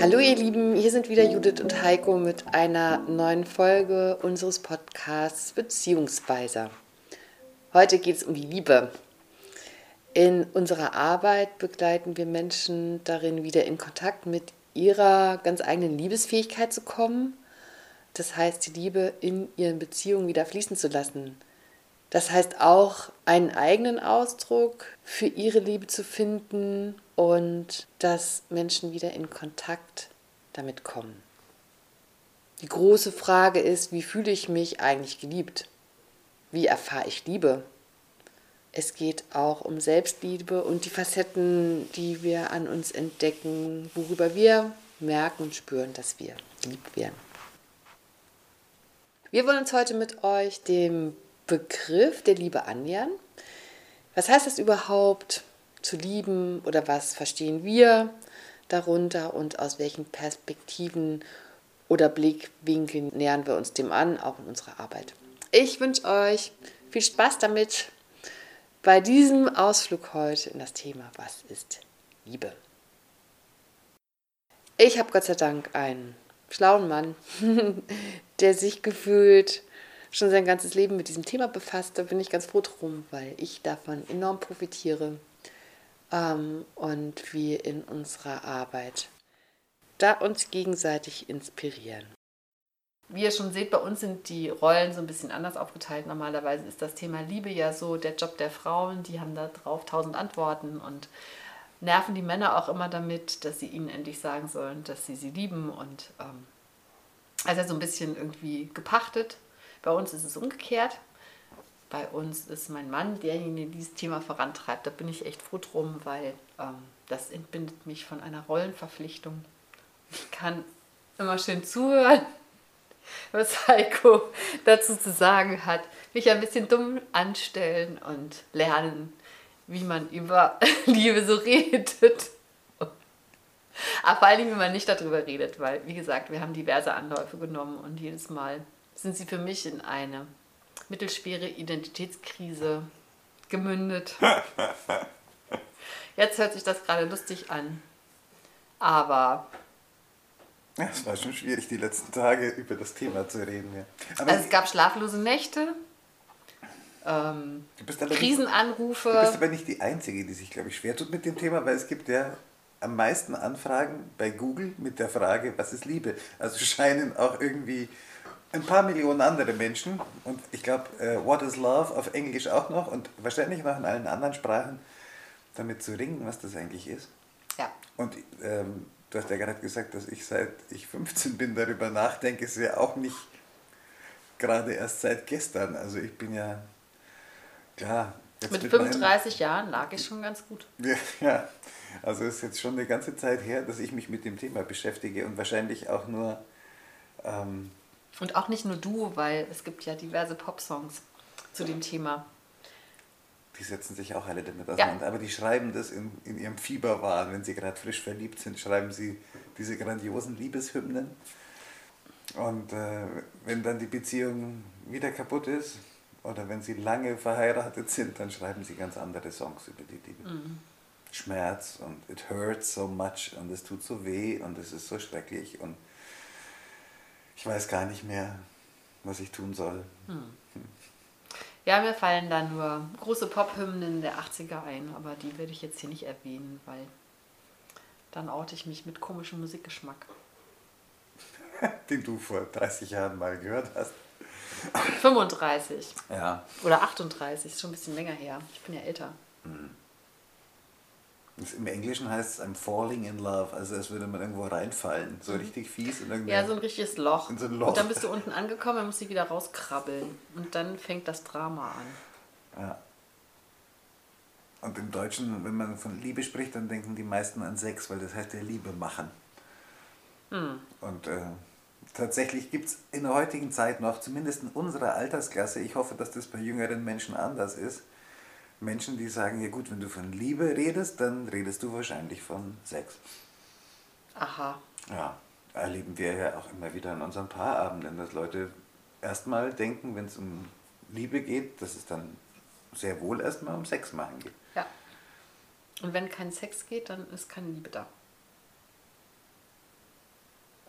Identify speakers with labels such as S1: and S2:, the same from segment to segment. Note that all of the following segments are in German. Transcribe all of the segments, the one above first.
S1: Hallo ihr Lieben, hier sind wieder Judith und Heiko mit einer neuen Folge unseres Podcasts Beziehungsweiser. Heute geht es um die Liebe. In unserer Arbeit begleiten wir Menschen darin, wieder in Kontakt mit ihrer ganz eigenen Liebesfähigkeit zu kommen. Das heißt, die Liebe in ihren Beziehungen wieder fließen zu lassen. Das heißt auch, einen eigenen Ausdruck für ihre Liebe zu finden und dass Menschen wieder in Kontakt damit kommen. Die große Frage ist, wie fühle ich mich eigentlich geliebt? Wie erfahre ich Liebe? Es geht auch um Selbstliebe und die Facetten, die wir an uns entdecken, worüber wir merken und spüren, dass wir geliebt werden. Wir wollen uns heute mit euch dem Begriff der Liebe annähern. Was heißt es überhaupt, zu lieben, oder was verstehen wir darunter und aus welchen Perspektiven oder Blickwinkeln nähern wir uns dem an, auch in unserer Arbeit. Ich wünsche euch viel Spaß damit bei diesem Ausflug heute in das Thema, was ist Liebe? Ich habe Gott sei Dank einen schlauen Mann, der sich gefühlt schon sein ganzes Leben mit diesem Thema befasst. Da bin ich ganz froh drum, weil ich davon enorm profitiere und wir in unserer Arbeit da uns gegenseitig inspirieren. Wie ihr schon seht, bei uns sind die Rollen so ein bisschen anders aufgeteilt. Normalerweise ist das Thema Liebe ja so der Job der Frauen. Die haben da drauf 1000 Antworten und nerven die Männer auch immer damit, dass sie ihnen endlich sagen sollen, dass sie lieben. Und also so ein bisschen irgendwie gepachtet. Bei uns ist es umgekehrt. Bei uns ist mein Mann derjenige, der dieses Thema vorantreibt. Da bin ich echt froh drum, weil das entbindet mich von einer Rollenverpflichtung. Ich kann immer schön zuhören, was Heiko dazu zu sagen hat. Mich ein bisschen dumm anstellen und lernen, wie man über Liebe so redet. Aber vor allem, wie man nicht darüber redet, weil, wie gesagt, wir haben diverse Anläufe genommen und jedes Mal sind sie für mich in eine mittelschwere Identitätskrise gemündet. Jetzt hört sich das gerade lustig an, aber
S2: ja, es war schon schwierig, die letzten Tage über das Thema zu reden. Ja. Aber
S1: also es gab schlaflose Nächte, Krisenanrufe.
S2: Du bist aber nicht die Einzige, die sich, glaube ich, schwer tut mit dem Thema, weil es gibt ja am meisten Anfragen bei Google mit der Frage, was ist Liebe? Also scheinen auch irgendwie ein paar Millionen andere Menschen, und ich glaube, What is Love auf Englisch auch noch und wahrscheinlich noch in allen anderen Sprachen, damit zu ringen, was das eigentlich ist.
S1: Ja.
S2: Und du hast ja gerade gesagt, dass ich seit ich 15 bin darüber nachdenke, ist ja auch nicht gerade erst seit gestern. Also ich bin ja, klar.
S1: Mit 35 Jahren lag ich schon ganz gut.
S2: Ja, also es ist jetzt schon eine ganze Zeit her, dass ich mich mit dem Thema beschäftige und wahrscheinlich auch nur...
S1: und auch nicht nur du, weil es gibt ja diverse Popsongs zu dem Thema.
S2: Die setzen sich auch alle damit auseinander, ja. Aber die schreiben das in ihrem Fieberwahn, wenn sie gerade frisch verliebt sind, schreiben sie diese grandiosen Liebeshymnen. Und wenn dann die Beziehung wieder kaputt ist oder wenn sie lange verheiratet sind, dann schreiben sie ganz andere Songs über die Liebe. Mhm. Schmerz und it hurts so much und es tut so weh und es ist so schrecklich und ich weiß gar nicht mehr, was ich tun soll.
S1: Ja, mir fallen da nur große Pop-Hymnen der 80er ein, aber die werde ich jetzt hier nicht erwähnen, weil dann oute ich mich mit komischem Musikgeschmack.
S2: Den du vor 30 Jahren mal gehört hast.
S1: 35.
S2: Ja.
S1: Oder 38, ist schon ein bisschen länger her. Ich bin ja älter.
S2: Im Englischen heißt es I'm falling in love, also als würde man irgendwo reinfallen, so richtig fies.
S1: Ja, so ein richtiges Loch.
S2: In so ein Loch.
S1: Und dann bist du unten angekommen, dann musst du wieder rauskrabbeln. Und dann fängt das Drama an.
S2: Ja. Und im Deutschen, wenn man von Liebe spricht, dann denken die meisten an Sex, weil das heißt ja Liebe machen. Und tatsächlich gibt es in der heutigen Zeit noch, zumindest in unserer Altersklasse, ich hoffe, dass das bei jüngeren Menschen anders ist, Menschen, die sagen, ja gut, wenn du von Liebe redest, dann redest du wahrscheinlich von Sex.
S1: Aha.
S2: Ja, erleben wir ja auch immer wieder an unseren Paarabenden, dass Leute erstmal denken, wenn es um Liebe geht, dass es dann sehr wohl erstmal um Sex machen geht.
S1: Ja. Und wenn kein Sex geht, dann ist keine Liebe da.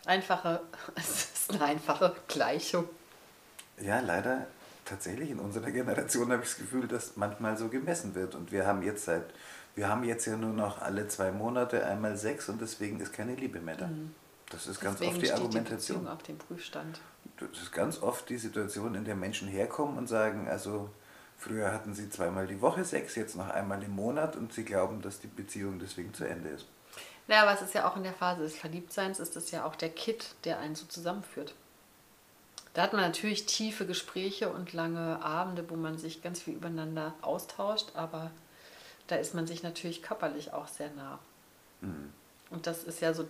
S1: Es ist eine einfache Gleichung.
S2: Ja, leider tatsächlich in unserer Generation habe ich das Gefühl, dass manchmal so gemessen wird. Und wir haben jetzt ja nur noch alle 2 Monate einmal Sex und deswegen ist keine Liebe mehr da. Das ist ganz oft
S1: Deswegen
S2: die
S1: steht die
S2: Argumentation.
S1: Beziehung auf dem Prüfstand.
S2: Das ist ganz oft die Situation, in der Menschen herkommen und sagen, also früher hatten sie 2-mal die Woche Sex, jetzt noch einmal im Monat und sie glauben, dass die Beziehung deswegen zu Ende ist.
S1: Ja, aber es ist ja auch in der Phase des Verliebtseins, ist es ja auch der Kitt, der einen so zusammenführt. Da hat man natürlich tiefe Gespräche und lange Abende, wo man sich ganz viel übereinander austauscht, aber da ist man sich natürlich körperlich auch sehr nah. Und das ist ja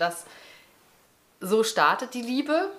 S1: so startet die Liebe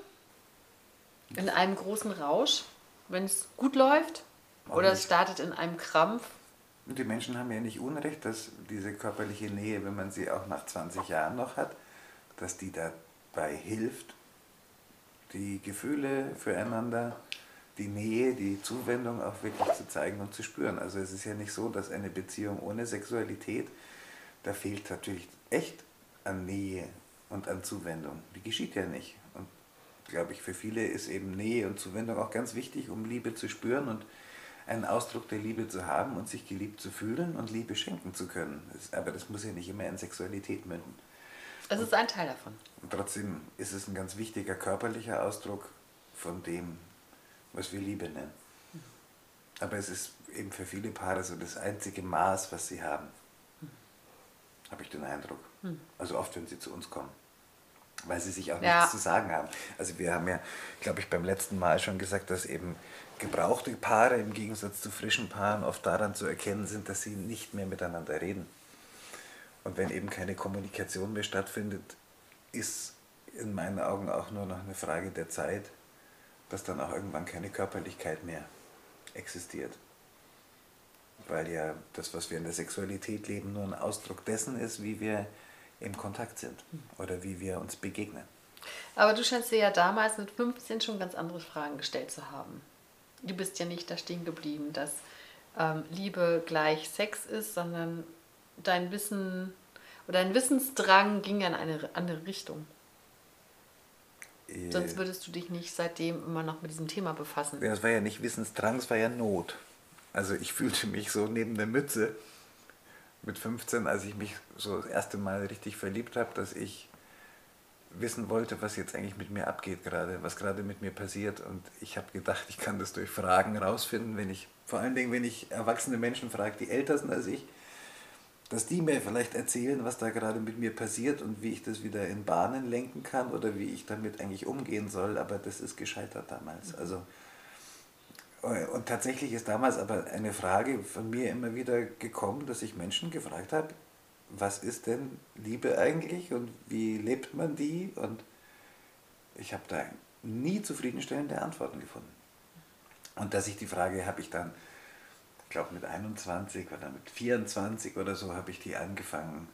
S1: in einem großen Rausch, wenn es gut läuft, oder es startet in einem Krampf.
S2: Und die Menschen haben ja nicht Unrecht, dass diese körperliche Nähe, wenn man sie auch nach 20 Jahren noch hat, dass die dabei hilft, die Gefühle füreinander, die Nähe, die Zuwendung auch wirklich zu zeigen und zu spüren. Also es ist ja nicht so, dass eine Beziehung ohne Sexualität, da fehlt natürlich echt an Nähe und an Zuwendung. Die geschieht ja nicht. Und glaube ich, für viele ist eben Nähe und Zuwendung auch ganz wichtig, um Liebe zu spüren und einen Ausdruck der Liebe zu haben und sich geliebt zu fühlen und Liebe schenken zu können. Aber das muss ja nicht immer in Sexualität münden.
S1: Es ist ein Teil davon.
S2: Und trotzdem ist es ein ganz wichtiger körperlicher Ausdruck von dem, was wir Liebe nennen. Aber es ist eben für viele Paare so das einzige Maß, was sie haben. Habe ich den Eindruck. Also oft, wenn sie zu uns kommen. Weil sie sich auch nichts zu sagen haben. Also wir haben ja, glaube ich, beim letzten Mal schon gesagt, dass eben gebrauchte Paare im Gegensatz zu frischen Paaren oft daran zu erkennen sind, dass sie nicht mehr miteinander reden. Und wenn eben keine Kommunikation mehr stattfindet, ist in meinen Augen auch nur noch eine Frage der Zeit, dass dann auch irgendwann keine Körperlichkeit mehr existiert. Weil ja das, was wir in der Sexualität leben, nur ein Ausdruck dessen ist, wie wir im Kontakt sind oder wie wir uns begegnen.
S1: Aber du scheinst dir ja damals mit 15 schon ganz andere Fragen gestellt zu haben. Du bist ja nicht da stehen geblieben, dass Liebe gleich Sex ist, sondern dein Wissen oder dein Wissensdrang ging ja in eine andere Richtung. Sonst würdest du dich nicht seitdem immer noch mit diesem Thema befassen.
S2: Ja, es war ja nicht Wissensdrang, es war ja Not. Also ich fühlte mich so neben der Mütze mit 15, als ich mich so das erste Mal richtig verliebt habe, dass ich wissen wollte, was jetzt eigentlich mit mir abgeht gerade, was gerade mit mir passiert. Und ich habe gedacht, ich kann das durch Fragen rausfinden, vor allen Dingen, wenn ich erwachsene Menschen frage, die älter sind als ich, dass die mir vielleicht erzählen, was da gerade mit mir passiert und wie ich das wieder in Bahnen lenken kann oder wie ich damit eigentlich umgehen soll. Aber das ist gescheitert damals. Also, und tatsächlich ist damals aber eine Frage von mir immer wieder gekommen, dass ich Menschen gefragt habe, was ist denn Liebe eigentlich und wie lebt man die? Und ich habe da nie zufriedenstellende Antworten gefunden. Und dass ich die Frage habe ich dann, ich glaube mit 21 oder mit 24 oder so, habe ich die angefangen,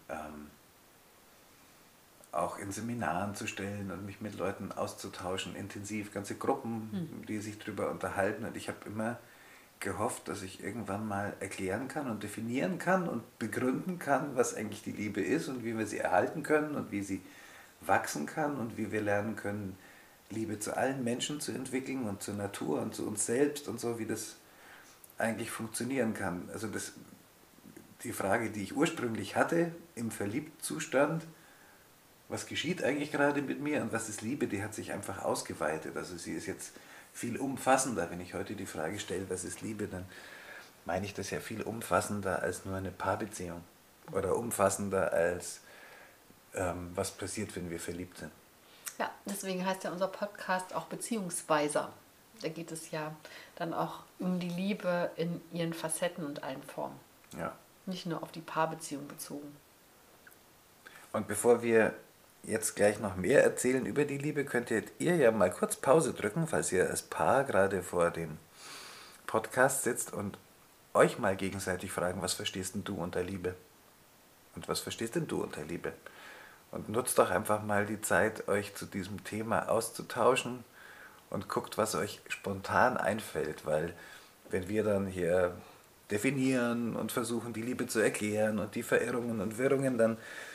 S2: auch in Seminaren zu stellen und mich mit Leuten auszutauschen, intensiv, ganze Gruppen, die sich darüber unterhalten. Und ich habe immer gehofft, dass ich irgendwann mal erklären kann und definieren kann und begründen kann, was eigentlich die Liebe ist und wie wir sie erhalten können und wie sie wachsen kann und wie wir lernen können, Liebe zu allen Menschen zu entwickeln und zur Natur und zu uns selbst und so, wie das eigentlich funktionieren kann. Also die Frage, die ich ursprünglich hatte im Verliebtzustand, was geschieht eigentlich gerade mit mir und was ist Liebe, die hat sich einfach ausgeweitet. Also sie ist jetzt viel umfassender. Wenn ich heute die Frage stelle, was ist Liebe, dann meine ich das ja viel umfassender als nur eine Paarbeziehung oder umfassender als was passiert, wenn wir verliebt sind.
S1: Ja, deswegen heißt ja unser Podcast auch Beziehungsweiser. Da geht es ja dann auch um die Liebe in ihren Facetten und allen Formen.
S2: Ja.
S1: Nicht nur auf die Paarbeziehung bezogen.
S2: Und bevor wir jetzt gleich noch mehr erzählen über die Liebe, könntet ihr ja mal kurz Pause drücken, falls ihr als Paar gerade vor dem Podcast sitzt und euch mal gegenseitig fragen, was verstehst denn du unter Liebe? Und was verstehst denn du unter Liebe? Und nutzt doch einfach mal die Zeit, euch zu diesem Thema auszutauschen und guckt, was euch spontan einfällt, weil wenn wir dann hier definieren und versuchen, die Liebe zu erklären und die Verirrungen und Wirrungen, dann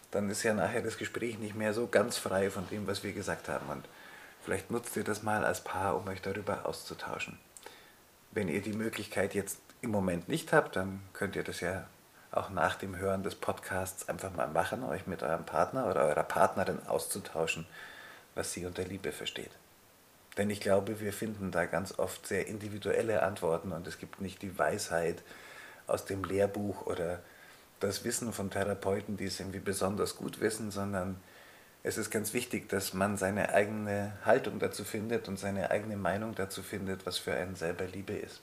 S2: dann ist ja nachher das Gespräch nicht mehr so ganz frei von dem, was wir gesagt haben. Und vielleicht nutzt ihr das mal als Paar, um euch darüber auszutauschen. Wenn ihr die Möglichkeit jetzt im Moment nicht habt, dann könnt ihr das ja auch nach dem Hören des Podcasts einfach mal machen, euch mit eurem Partner oder eurer Partnerin auszutauschen, was sie unter Liebe versteht. Denn ich glaube, wir finden da ganz oft sehr individuelle Antworten und es gibt nicht die Weisheit aus dem Lehrbuch oder das Wissen von Therapeuten, die es irgendwie besonders gut wissen, sondern es ist ganz wichtig, dass man seine eigene Haltung dazu findet und seine eigene Meinung dazu findet, was für einen selber Liebe ist.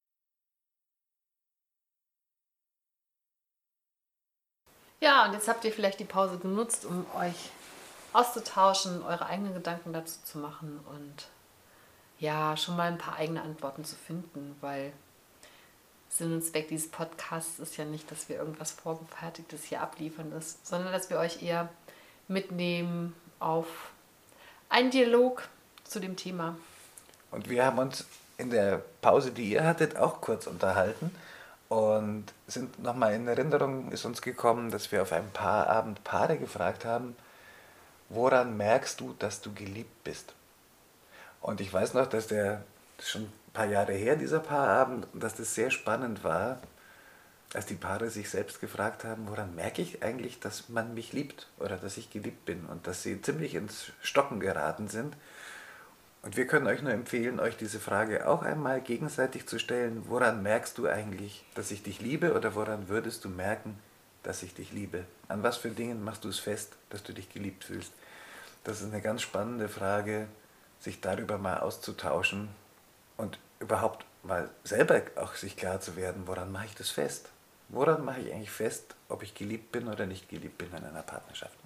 S1: Ja, und jetzt habt ihr vielleicht die Pause genutzt, um euch auszutauschen, eure eigenen Gedanken dazu zu machen und ja, schon mal ein paar eigene Antworten zu finden, weil Sinn und Zweck dieses Podcasts ist ja nicht, dass wir irgendwas Vorgefertigtes hier abliefern, sondern dass wir euch eher mitnehmen auf einen Dialog zu dem Thema.
S2: Und wir haben uns in der Pause, die ihr hattet, auch kurz unterhalten und sind nochmal in Erinnerung, ist uns gekommen, dass wir auf einem Paarabend Paare gefragt haben, woran merkst du, dass du geliebt bist? Und ich weiß noch, das ist schon ein paar Jahre her, dieser Paarabend, dass das sehr spannend war, als die Paare sich selbst gefragt haben, woran merke ich eigentlich, dass man mich liebt oder dass ich geliebt bin und dass sie ziemlich ins Stocken geraten sind. Und wir können euch nur empfehlen, euch diese Frage auch einmal gegenseitig zu stellen, woran merkst du eigentlich, dass ich dich liebe oder woran würdest du merken, dass ich dich liebe? An was für Dingen machst du es fest, dass du dich geliebt fühlst? Das ist eine ganz spannende Frage, sich darüber mal auszutauschen und überhaupt mal selber auch sich klar zu werden, woran mache ich das fest? Woran mache ich eigentlich fest, ob ich geliebt bin oder nicht geliebt bin in einer Partnerschaft?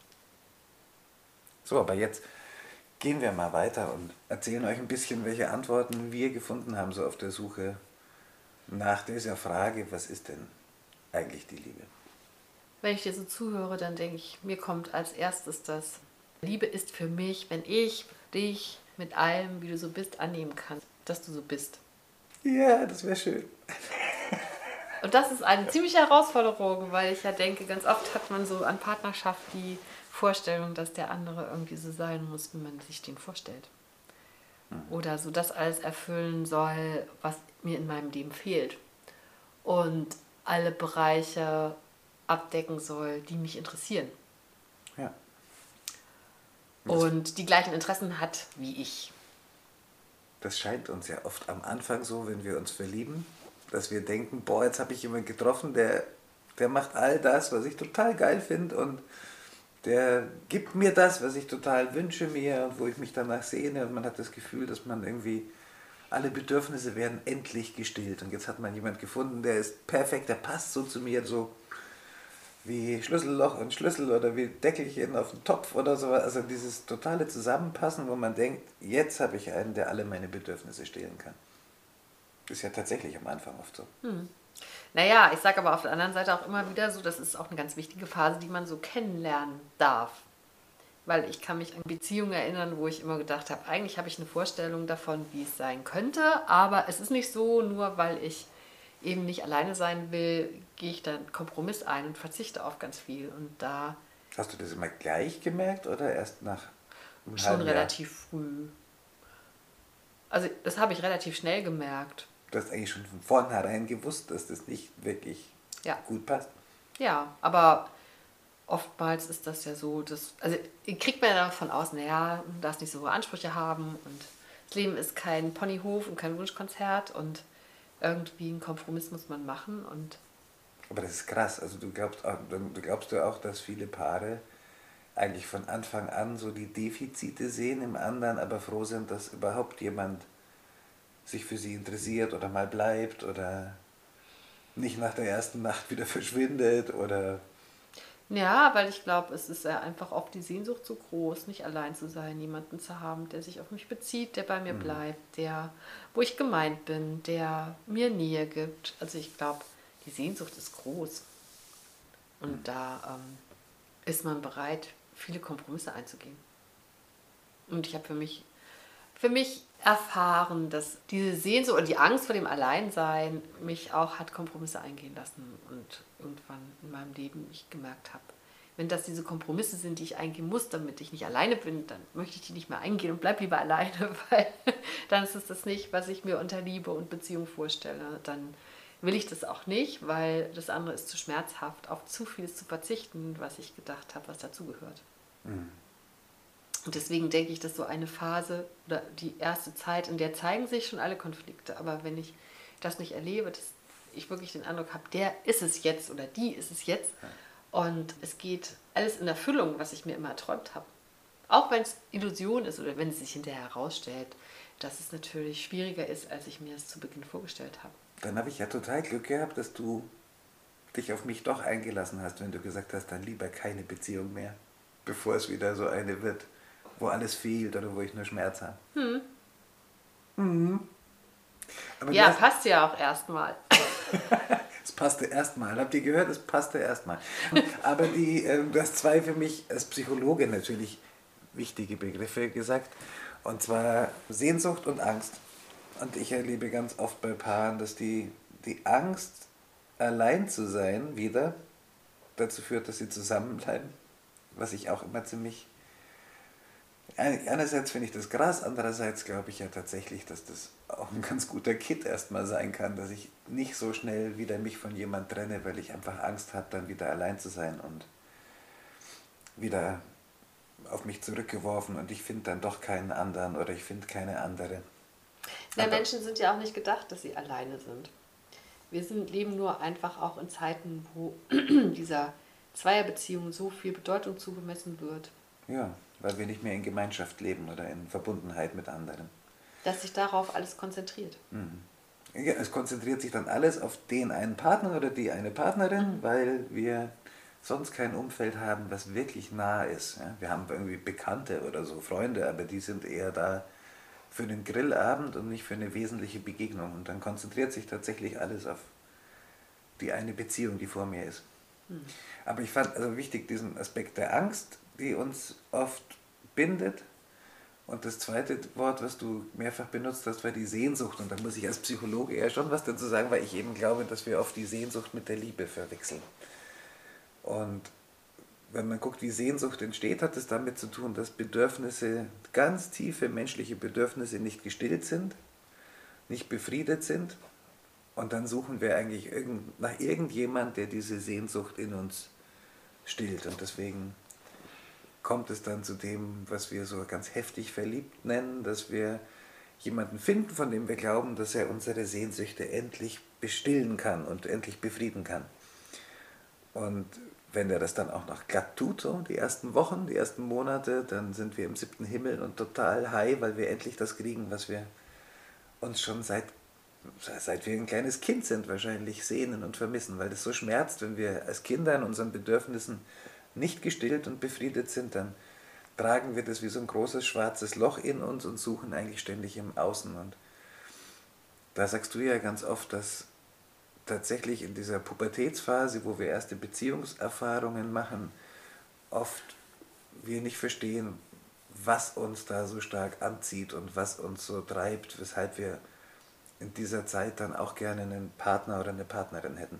S2: So, aber jetzt gehen wir mal weiter und erzählen euch ein bisschen, welche Antworten wir gefunden haben, so auf der Suche nach dieser Frage, was ist denn eigentlich die Liebe?
S1: Wenn ich dir so zuhöre, dann denke ich, mir kommt als erstes das, Liebe ist für mich, wenn ich dich mit allem, wie du so bist, annehmen kann, dass du so bist.
S2: Ja, das wäre schön.
S1: Und das ist eine ziemliche Herausforderung, weil ich ja denke, ganz oft hat man so an Partnerschaft die Vorstellung, dass der andere irgendwie so sein muss, wie man sich den vorstellt. Oder so das alles erfüllen soll, was mir in meinem Leben fehlt. Und alle Bereiche abdecken soll, die mich interessieren.
S2: Ja.
S1: Und die gleichen Interessen hat wie ich.
S2: Das scheint uns ja oft am Anfang so, wenn wir uns verlieben, dass wir denken, boah, jetzt habe ich jemanden getroffen, der macht all das, was ich total geil finde und der gibt mir das, was ich total wünsche mir und wo ich mich danach sehne und man hat das Gefühl, dass man irgendwie alle Bedürfnisse werden endlich gestillt und jetzt hat man jemanden gefunden, der ist perfekt, der passt so zu mir, so wie Schlüsselloch und Schlüssel oder wie Deckelchen auf dem Topf oder so. Also dieses totale Zusammenpassen, wo man denkt, jetzt habe ich einen, der alle meine Bedürfnisse stillen kann. Das ist ja tatsächlich am Anfang oft so.
S1: Naja, ich sage aber auf der anderen Seite auch immer wieder so, das ist auch eine ganz wichtige Phase, die man so kennenlernen darf. Weil ich kann mich an Beziehungen erinnern, wo ich immer gedacht habe, eigentlich habe ich eine Vorstellung davon, wie es sein könnte, aber es ist nicht so, nur weil ich eben nicht alleine sein will, gehe ich dann einen Kompromiss ein und verzichte auf ganz viel. Und da
S2: Hast du das immer gleich gemerkt oder erst nach einem
S1: schon
S2: halben Jahr?
S1: relativ früh. Also das habe ich relativ schnell gemerkt.
S2: Du hast eigentlich schon von vornherein gewusst, dass das nicht wirklich gut passt.
S1: Ja, aber oftmals ist das ja so, also kriegt man ja davon aus, naja, du darfst nicht so hohe Ansprüche haben und das Leben ist kein Ponyhof und kein Wunschkonzert und irgendwie einen Kompromiss muss man machen.
S2: Aber das ist krass, also du glaubst ja auch, dass viele Paare eigentlich von Anfang an so die Defizite sehen im anderen, aber froh sind, dass überhaupt jemand sich für sie interessiert oder mal bleibt oder nicht nach der ersten Nacht wieder verschwindet oder...
S1: Ja, weil ich glaube, es ist ja einfach oft die Sehnsucht so groß, nicht allein zu sein, jemanden zu haben, der sich auf mich bezieht, der bei mir bleibt, wo ich gemeint bin, der mir Nähe gibt. Also ich glaube, die Sehnsucht ist groß. Und da ist man bereit, viele Kompromisse einzugehen. Und ich habe für mich erfahren, dass diese Sehnsucht und die Angst vor dem Alleinsein mich auch hat Kompromisse eingehen lassen und irgendwann in meinem Leben ich gemerkt habe, Wenn das diese Kompromisse sind, die ich eingehen muss, damit ich nicht alleine bin, dann möchte ich die nicht mehr eingehen und bleib lieber alleine, weil dann ist es das nicht, was ich mir unter Liebe und Beziehung vorstelle. Dann will ich das auch nicht, weil das andere ist zu schmerzhaft, auf zu vieles zu verzichten, was ich gedacht habe, was dazugehört. Und deswegen denke ich, dass so eine Phase oder die erste Zeit, in der zeigen sich schon alle Konflikte. Aber wenn ich das nicht erlebe, dass ich wirklich den Eindruck habe, der ist es jetzt oder die ist es jetzt. Und es geht alles in Erfüllung, was ich mir immer erträumt habe. Auch wenn es Illusion ist oder wenn es sich hinterher herausstellt, dass es natürlich schwieriger ist, als ich mir es zu Beginn vorgestellt habe.
S2: Dann habe ich ja total Glück gehabt, dass du dich auf mich doch eingelassen hast, wenn du gesagt hast, dann lieber keine Beziehung mehr, bevor es wieder so eine wird, wo alles fehlt oder wo ich nur Schmerz habe. Aber
S1: ja, passt ja auch erstmal.
S2: Es passte erstmal. Habt ihr gehört? Es passte erstmal. Aber du hast zwei für mich als Psychologe natürlich wichtige Begriffe gesagt. Und zwar Sehnsucht und Angst. Und ich erlebe ganz oft bei Paaren, dass die Angst, allein zu sein, wieder dazu führt, dass sie zusammenbleiben. Was ich auch immer ziemlich... Einerseits finde ich das krass, andererseits glaube ich ja tatsächlich, dass das auch ein ganz guter Kit erstmal sein kann, dass ich nicht so schnell wieder mich von jemand trenne, weil ich einfach Angst habe, dann wieder allein zu sein und wieder auf mich zurückgeworfen und ich finde dann doch keinen anderen oder ich finde keine andere.
S1: Ja, Menschen sind ja auch nicht gedacht, dass sie alleine sind. Wir leben nur einfach auch in Zeiten, wo dieser Zweierbeziehung so viel Bedeutung zugemessen wird.
S2: Ja, weil wir nicht mehr in Gemeinschaft leben oder in Verbundenheit mit anderen.
S1: Dass sich darauf alles konzentriert.
S2: Ja, es konzentriert sich dann alles auf den einen Partner oder die eine Partnerin, weil wir sonst kein Umfeld haben, was wirklich nah ist. Ja, wir haben irgendwie Bekannte oder so, Freunde, aber die sind eher da für den Grillabend und nicht für eine wesentliche Begegnung. Und dann konzentriert sich tatsächlich alles auf die eine Beziehung, die vor mir ist. Aber ich fand also wichtig diesen Aspekt der Angst, die uns oft bindet. Und das zweite Wort, was du mehrfach benutzt hast, war die Sehnsucht. Und da muss ich als Psychologe eher schon was dazu sagen, weil ich eben glaube, dass wir oft die Sehnsucht mit der Liebe verwechseln. Und wenn man guckt, wie Sehnsucht entsteht, hat es damit zu tun, dass Bedürfnisse, ganz tiefe menschliche Bedürfnisse nicht gestillt sind, nicht befriedet sind. Und dann suchen wir eigentlich nach irgendjemand, der diese Sehnsucht in uns stillt. Und deswegen kommt es dann zu dem, was wir so ganz heftig verliebt nennen, dass wir jemanden finden, von dem wir glauben, dass er unsere Sehnsüchte endlich bestillen kann und endlich befrieden kann. Und wenn er das dann auch noch glatt tut, so die ersten Wochen, die ersten Monate, dann sind wir im 7. Himmel und total high, weil wir endlich das kriegen, was wir uns schon seit wir ein kleines Kind sind, wahrscheinlich sehnen und vermissen, weil das so schmerzt, wenn wir als Kinder in unseren Bedürfnissen nicht gestillt und befriedet sind, dann tragen wir das wie so ein großes schwarzes Loch in uns und suchen eigentlich ständig im Außen. Und da sagst du ja ganz oft, dass tatsächlich in dieser Pubertätsphase, wo wir erste Beziehungserfahrungen machen, oft wir nicht verstehen, was uns da so stark anzieht und was uns so treibt, weshalb wir in dieser Zeit dann auch gerne einen Partner oder eine Partnerin hätten.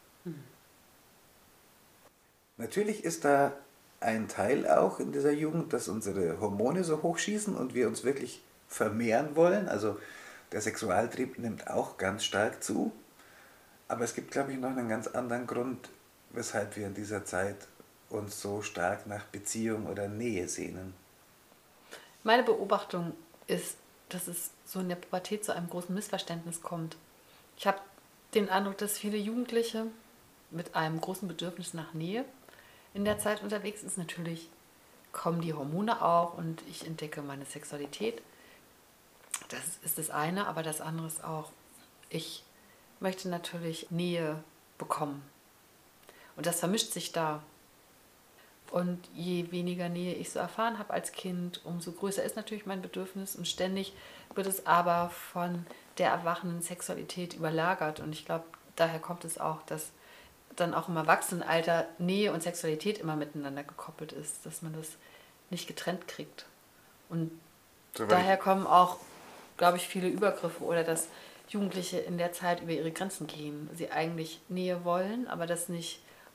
S2: Natürlich ist da ein Teil auch in dieser Jugend, dass unsere Hormone so hochschießen und wir uns wirklich vermehren wollen. Also der Sexualtrieb nimmt auch ganz stark zu. Aber es gibt, glaube ich, noch einen ganz anderen Grund, weshalb wir in dieser Zeit uns so stark nach Beziehung oder Nähe sehnen.
S1: Meine Beobachtung ist, dass es so in der Pubertät zu einem großen Missverständnis kommt. Ich habe den Eindruck, dass viele Jugendliche mit einem großen Bedürfnis nach Nähe in der Zeit unterwegs ist. Natürlich kommen die Hormone auch und ich entdecke meine Sexualität. Das ist das eine, aber das andere ist auch, ich möchte natürlich Nähe bekommen. Und das vermischt sich da. Und je weniger Nähe ich so erfahren habe als Kind, umso größer ist natürlich mein Bedürfnis und ständig wird es aber von der erwachenden Sexualität überlagert. Und ich glaube, daher kommt es auch, dass dann auch im Erwachsenenalter Nähe und Sexualität immer miteinander gekoppelt ist, dass man das nicht getrennt kriegt. Und daher kommen auch, glaube ich, viele Übergriffe oder dass Jugendliche in der Zeit über ihre Grenzen gehen. Sie eigentlich Nähe wollen, aber das nicht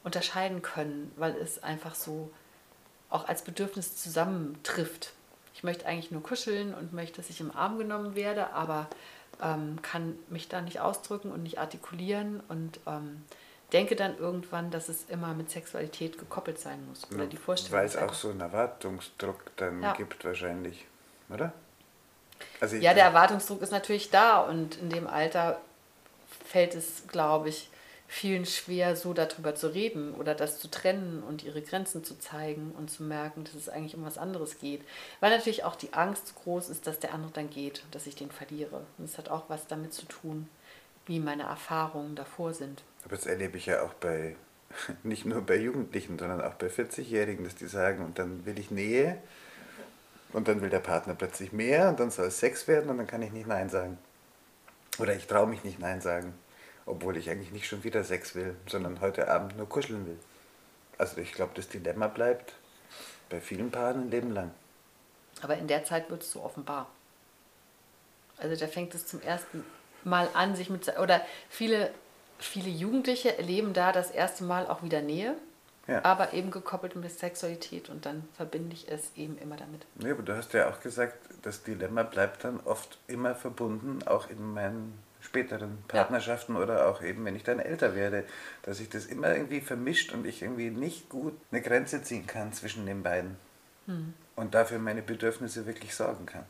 S1: unterscheiden können, weil es einfach so auch als Bedürfnis zusammentrifft. Ich möchte eigentlich nur kuscheln und möchte, dass ich im Arm genommen werde, aber kann mich da nicht ausdrücken und nicht artikulieren und denke dann irgendwann, dass es immer mit Sexualität gekoppelt sein muss. Oder die Vorstellung.
S2: Weil es auch so einen Erwartungsdruck dann gibt wahrscheinlich, oder?
S1: Also ja, der Erwartungsdruck ist natürlich da und in dem Alter fällt es, glaube ich, vielen schwer, so darüber zu reden oder das zu trennen und ihre Grenzen zu zeigen und zu merken, dass es eigentlich um was anderes geht. Weil natürlich auch die Angst so groß ist, dass der andere dann geht, dass ich den verliere. Und es hat auch was damit zu tun, wie meine Erfahrungen davor sind.
S2: Aber das erlebe ich ja auch nicht nur bei Jugendlichen, sondern auch bei 40-Jährigen, dass die sagen, und dann will ich Nähe und dann will der Partner plötzlich mehr und dann soll es Sex werden und dann kann ich nicht Nein sagen. Oder ich traue mich nicht Nein sagen, obwohl ich eigentlich nicht schon wieder Sex will, sondern heute Abend nur kuscheln will. Also ich glaube, das Dilemma bleibt bei vielen Paaren ein Leben lang.
S1: Aber in der Zeit wird es so offenbar. Also da fängt es zum ersten Mal an, sich mit... Oder viele Jugendliche erleben da das erste Mal auch wieder Nähe, aber eben gekoppelt mit Sexualität und dann verbinde ich es eben immer damit.
S2: Ja, aber du hast ja auch gesagt, das Dilemma bleibt dann oft immer verbunden, auch in meinen späteren Partnerschaften oder auch eben, wenn ich dann älter werde, dass sich das immer irgendwie vermischt und ich irgendwie nicht gut eine Grenze ziehen kann zwischen den beiden und dafür meine Bedürfnisse wirklich sorgen kann.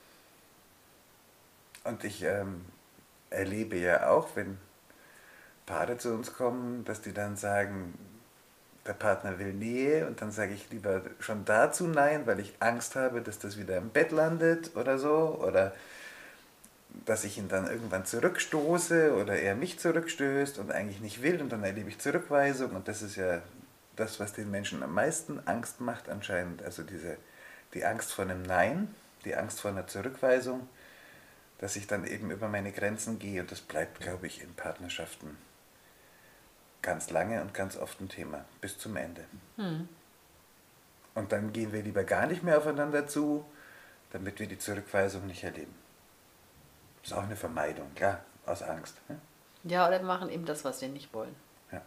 S2: Und ich erlebe ja auch, wenn Paare zu uns kommen, dass die dann sagen, der Partner will Nähe und dann sage ich lieber schon dazu Nein, weil ich Angst habe, dass das wieder im Bett landet oder so oder dass ich ihn dann irgendwann zurückstoße oder er mich zurückstößt und eigentlich nicht will und dann erlebe ich Zurückweisung und das ist ja das, was den Menschen am meisten Angst macht anscheinend, also die Angst vor einem Nein, die Angst vor einer Zurückweisung, dass ich dann eben über meine Grenzen gehe und das bleibt, glaube ich, in Partnerschaften ganz lange und ganz oft ein Thema, bis zum Ende. Und dann gehen wir lieber gar nicht mehr aufeinander zu, damit wir die Zurückweisung nicht erleben. Das ist auch eine Vermeidung, klar, aus Angst.
S1: Ja, oder wir machen eben das, was wir nicht wollen.
S2: Ja.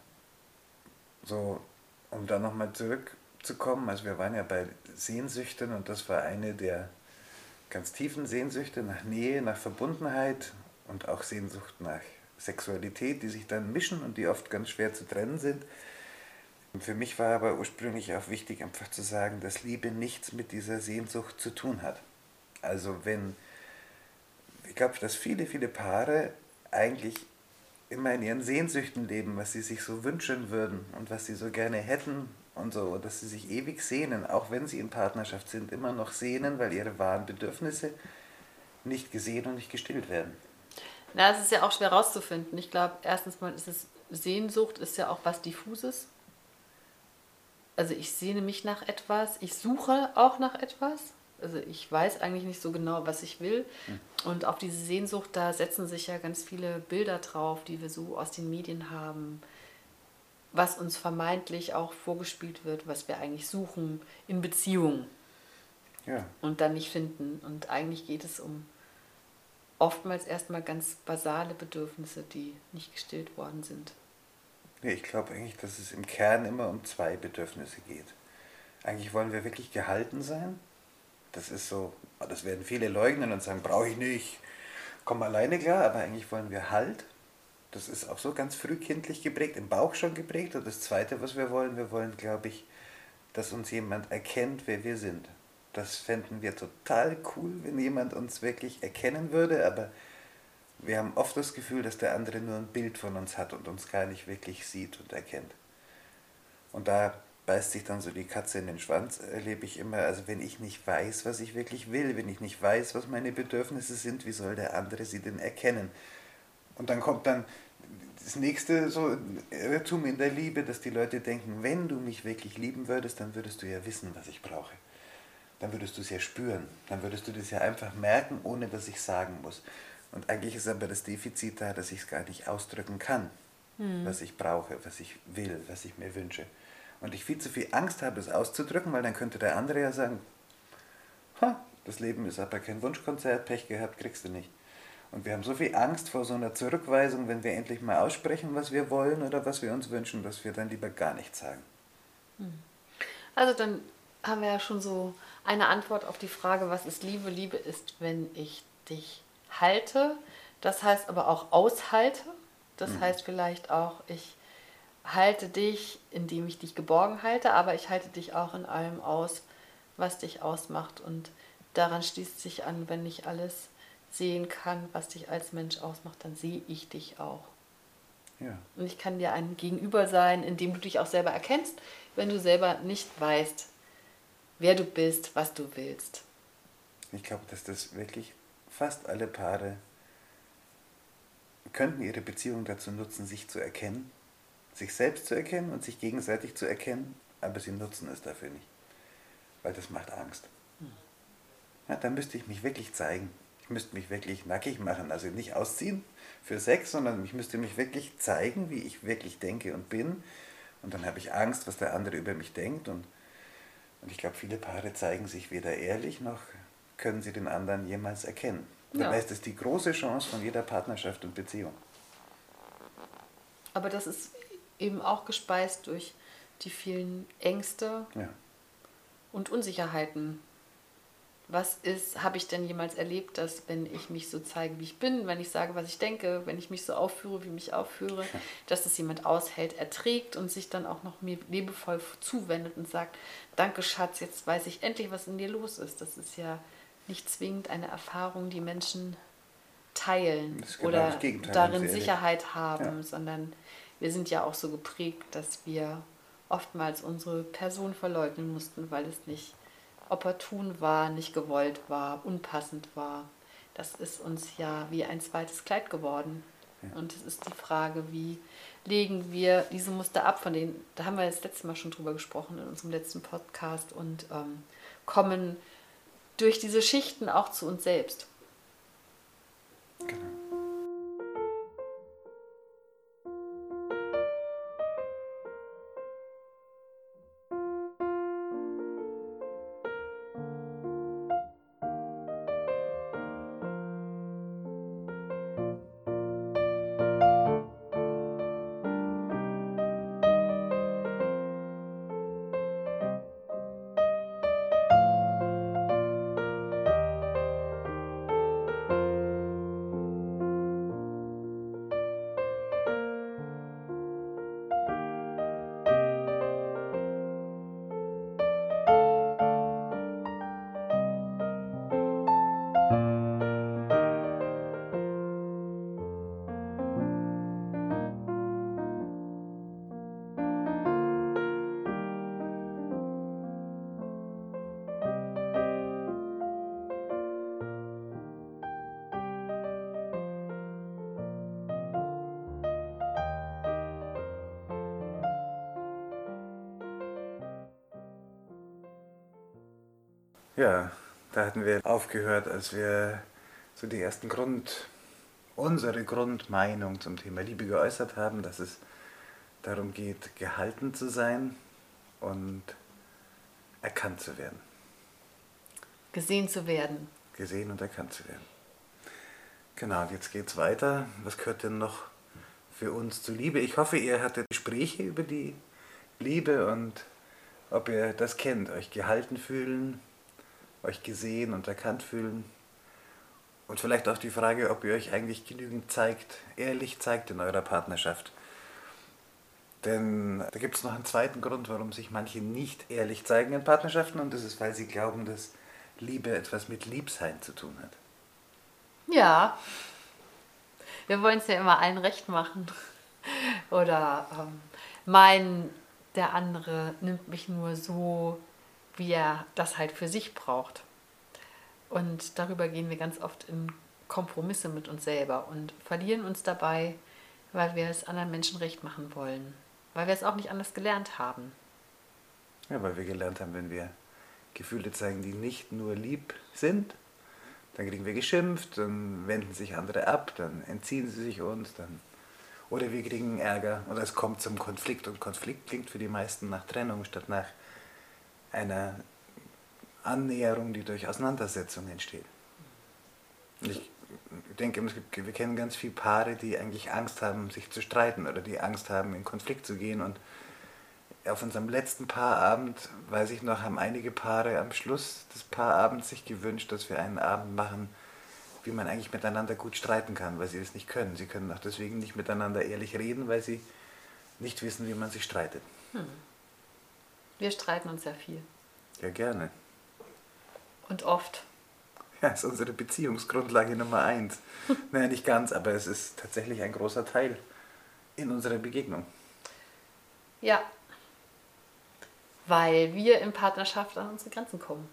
S2: So, um da nochmal zurückzukommen, also wir waren ja bei Sehnsüchten und das war eine der ganz tiefen Sehnsüchte nach Nähe, nach Verbundenheit und auch Sehnsucht nach Sexualität, die sich dann mischen und die oft ganz schwer zu trennen sind. Und für mich war aber ursprünglich auch wichtig, einfach zu sagen, dass Liebe nichts mit dieser Sehnsucht zu tun hat. Also ich glaube, dass viele Paare eigentlich immer in ihren Sehnsüchten leben, was sie sich so wünschen würden und was sie so gerne hätten und so, dass sie sich ewig sehnen, auch wenn sie in Partnerschaft sind, immer noch sehnen, weil ihre wahren Bedürfnisse nicht gesehen und nicht gestillt werden.
S1: Na, es ist ja auch schwer rauszufinden. Ich glaube, erstens mal ist es Sehnsucht, ist ja auch was Diffuses. Also ich sehne mich nach etwas, ich suche auch nach etwas. Also ich weiß eigentlich nicht so genau, was ich will. Und auf diese Sehnsucht, da setzen sich ja ganz viele Bilder drauf, die wir so aus den Medien haben, was uns vermeintlich auch vorgespielt wird, was wir eigentlich suchen in Beziehungen und dann nicht finden. Und eigentlich geht es um oftmals erstmal ganz basale Bedürfnisse, die nicht gestillt worden sind.
S2: Nee, ich glaube eigentlich, dass es im Kern immer um zwei Bedürfnisse geht. Eigentlich wollen wir wirklich gehalten sein. Das ist so, das werden viele leugnen und sagen, brauche ich nicht, komm alleine klar, aber eigentlich wollen wir Halt. Das ist auch so ganz frühkindlich geprägt, im Bauch schon geprägt. Und das Zweite, was wir wollen, glaube ich, dass uns jemand erkennt, wer wir sind. Das fänden wir total cool, wenn jemand uns wirklich erkennen würde, aber wir haben oft das Gefühl, dass der andere nur ein Bild von uns hat und uns gar nicht wirklich sieht und erkennt. Und da beißt sich dann so die Katze in den Schwanz, erlebe ich immer. Also wenn ich nicht weiß, was ich wirklich will, wenn ich nicht weiß, was meine Bedürfnisse sind, wie soll der andere sie denn erkennen? Und dann kommt dann das nächste so Irrtum in der Liebe, dass die Leute denken, wenn du mich wirklich lieben würdest, dann würdest du ja wissen, was ich brauche. Dann würdest du es ja spüren. Dann würdest du das ja einfach merken, ohne dass ich sagen muss. Und eigentlich ist aber das Defizit da, dass ich es gar nicht ausdrücken kann, was ich brauche, was ich will, was ich mir wünsche. Und ich viel zu viel Angst habe, es auszudrücken, weil dann könnte der andere ja sagen, das Leben ist aber kein Wunschkonzert, Pech gehabt, kriegst du nicht. Und wir haben so viel Angst vor so einer Zurückweisung, wenn wir endlich mal aussprechen, was wir wollen oder was wir uns wünschen, dass wir dann lieber gar nichts sagen.
S1: Also dann haben wir ja schon so eine Antwort auf die Frage, was ist Liebe? Liebe ist, wenn ich dich halte. Das heißt aber auch aushalte. Das heißt vielleicht auch, ich halte dich, indem ich dich geborgen halte, aber ich halte dich auch in allem aus, was dich ausmacht. Und daran schließt sich an, wenn ich alles sehen kann, was dich als Mensch ausmacht, dann sehe ich dich auch.
S2: Ja.
S1: Und ich kann dir ein Gegenüber sein, indem du dich auch selber erkennst, wenn du selber nicht weißt, wer du bist, was du willst.
S2: Ich glaube, dass das wirklich fast alle Paare könnten ihre Beziehung dazu nutzen, sich zu erkennen, sich selbst zu erkennen und sich gegenseitig zu erkennen, aber sie nutzen es dafür nicht, weil das macht Angst. Ja, dann müsste ich mich wirklich zeigen. Ich müsste mich wirklich nackig machen, also nicht ausziehen für Sex, sondern ich müsste mich wirklich zeigen, wie ich wirklich denke und bin. Und dann habe ich Angst, was der andere über mich denkt. Und ich glaube, viele Paare zeigen sich weder ehrlich, noch können sie den anderen jemals erkennen.
S1: Ja.
S2: Dabei ist es die große Chance von jeder Partnerschaft und Beziehung.
S1: Aber das ist eben auch gespeist durch die vielen Ängste und Unsicherheiten. Was habe ich denn jemals erlebt, dass wenn ich mich so zeige, wie ich bin, wenn ich sage, was ich denke, wenn ich mich so aufführe, wie ich mich aufführe, dass das jemand aushält, erträgt und sich dann auch noch mir liebevoll zuwendet und sagt, danke Schatz, jetzt weiß ich endlich, was in dir los ist. Das ist ja nicht zwingend eine Erfahrung, die Menschen teilen oder darin Sicherheit haben, sondern wir sind ja auch so geprägt, dass wir oftmals unsere Person verleugnen mussten, weil es nicht opportun war, nicht gewollt war, unpassend war. Das ist uns ja wie ein zweites Kleid geworden. Ja. Und es ist die Frage, wie legen wir diese Muster ab, von denen, da haben wir das letzte Mal schon drüber gesprochen in unserem letzten Podcast und kommen durch diese Schichten auch zu uns selbst.
S2: Genau. Ja, da hatten wir aufgehört, als wir so die ersten unsere Grundmeinung zum Thema Liebe geäußert haben, dass es darum geht, gehalten zu sein und erkannt zu werden.
S1: Gesehen zu werden.
S2: Gesehen und erkannt zu werden. Genau, und jetzt geht's weiter. Was gehört denn noch für uns zur Liebe? Ich hoffe, ihr hattet Gespräche über die Liebe und ob ihr das kennt, euch gehalten fühlen, euch gesehen und erkannt fühlen. Und vielleicht auch die Frage, ob ihr euch eigentlich genügend ehrlich zeigt in eurer Partnerschaft. Denn da gibt es noch einen zweiten Grund, warum sich manche nicht ehrlich zeigen in Partnerschaften, und das ist, weil sie glauben, dass Liebe etwas mit Liebsein zu tun hat.
S1: Ja, wir wollen es ja immer allen recht machen. Oder meinen, der andere nimmt mich nur so, wie er das halt für sich braucht. Und darüber gehen wir ganz oft in Kompromisse mit uns selber und verlieren uns dabei, weil wir es anderen Menschen recht machen wollen. Weil wir es auch nicht anders gelernt haben.
S2: Ja, weil wir gelernt haben, wenn wir Gefühle zeigen, die nicht nur lieb sind, dann kriegen wir geschimpft, dann wenden sich andere ab, dann entziehen sie sich uns, oder wir kriegen Ärger oder es kommt zum Konflikt. Und Konflikt klingt für die meisten nach Trennung statt nach einer Annäherung, die durch Auseinandersetzung entsteht. Ich ich denke, wir kennen ganz viele Paare, die eigentlich Angst haben, sich zu streiten oder die Angst haben, in Konflikt zu gehen. Und auf unserem letzten Paarabend, weiß ich noch, haben einige Paare am Schluss des Paarabends sich gewünscht, dass wir einen Abend machen, wie man eigentlich miteinander gut streiten kann, weil sie das nicht können. Sie können auch deswegen nicht miteinander ehrlich reden, weil sie nicht wissen, wie man sich streitet.
S1: Wir streiten uns ja viel.
S2: Ja, gerne.
S1: Und oft.
S2: Ja, ist unsere Beziehungsgrundlage Nummer 1. Naja, nicht ganz, aber es ist tatsächlich ein großer Teil in unserer Begegnung.
S1: Ja. Weil wir in Partnerschaft an unsere Grenzen kommen.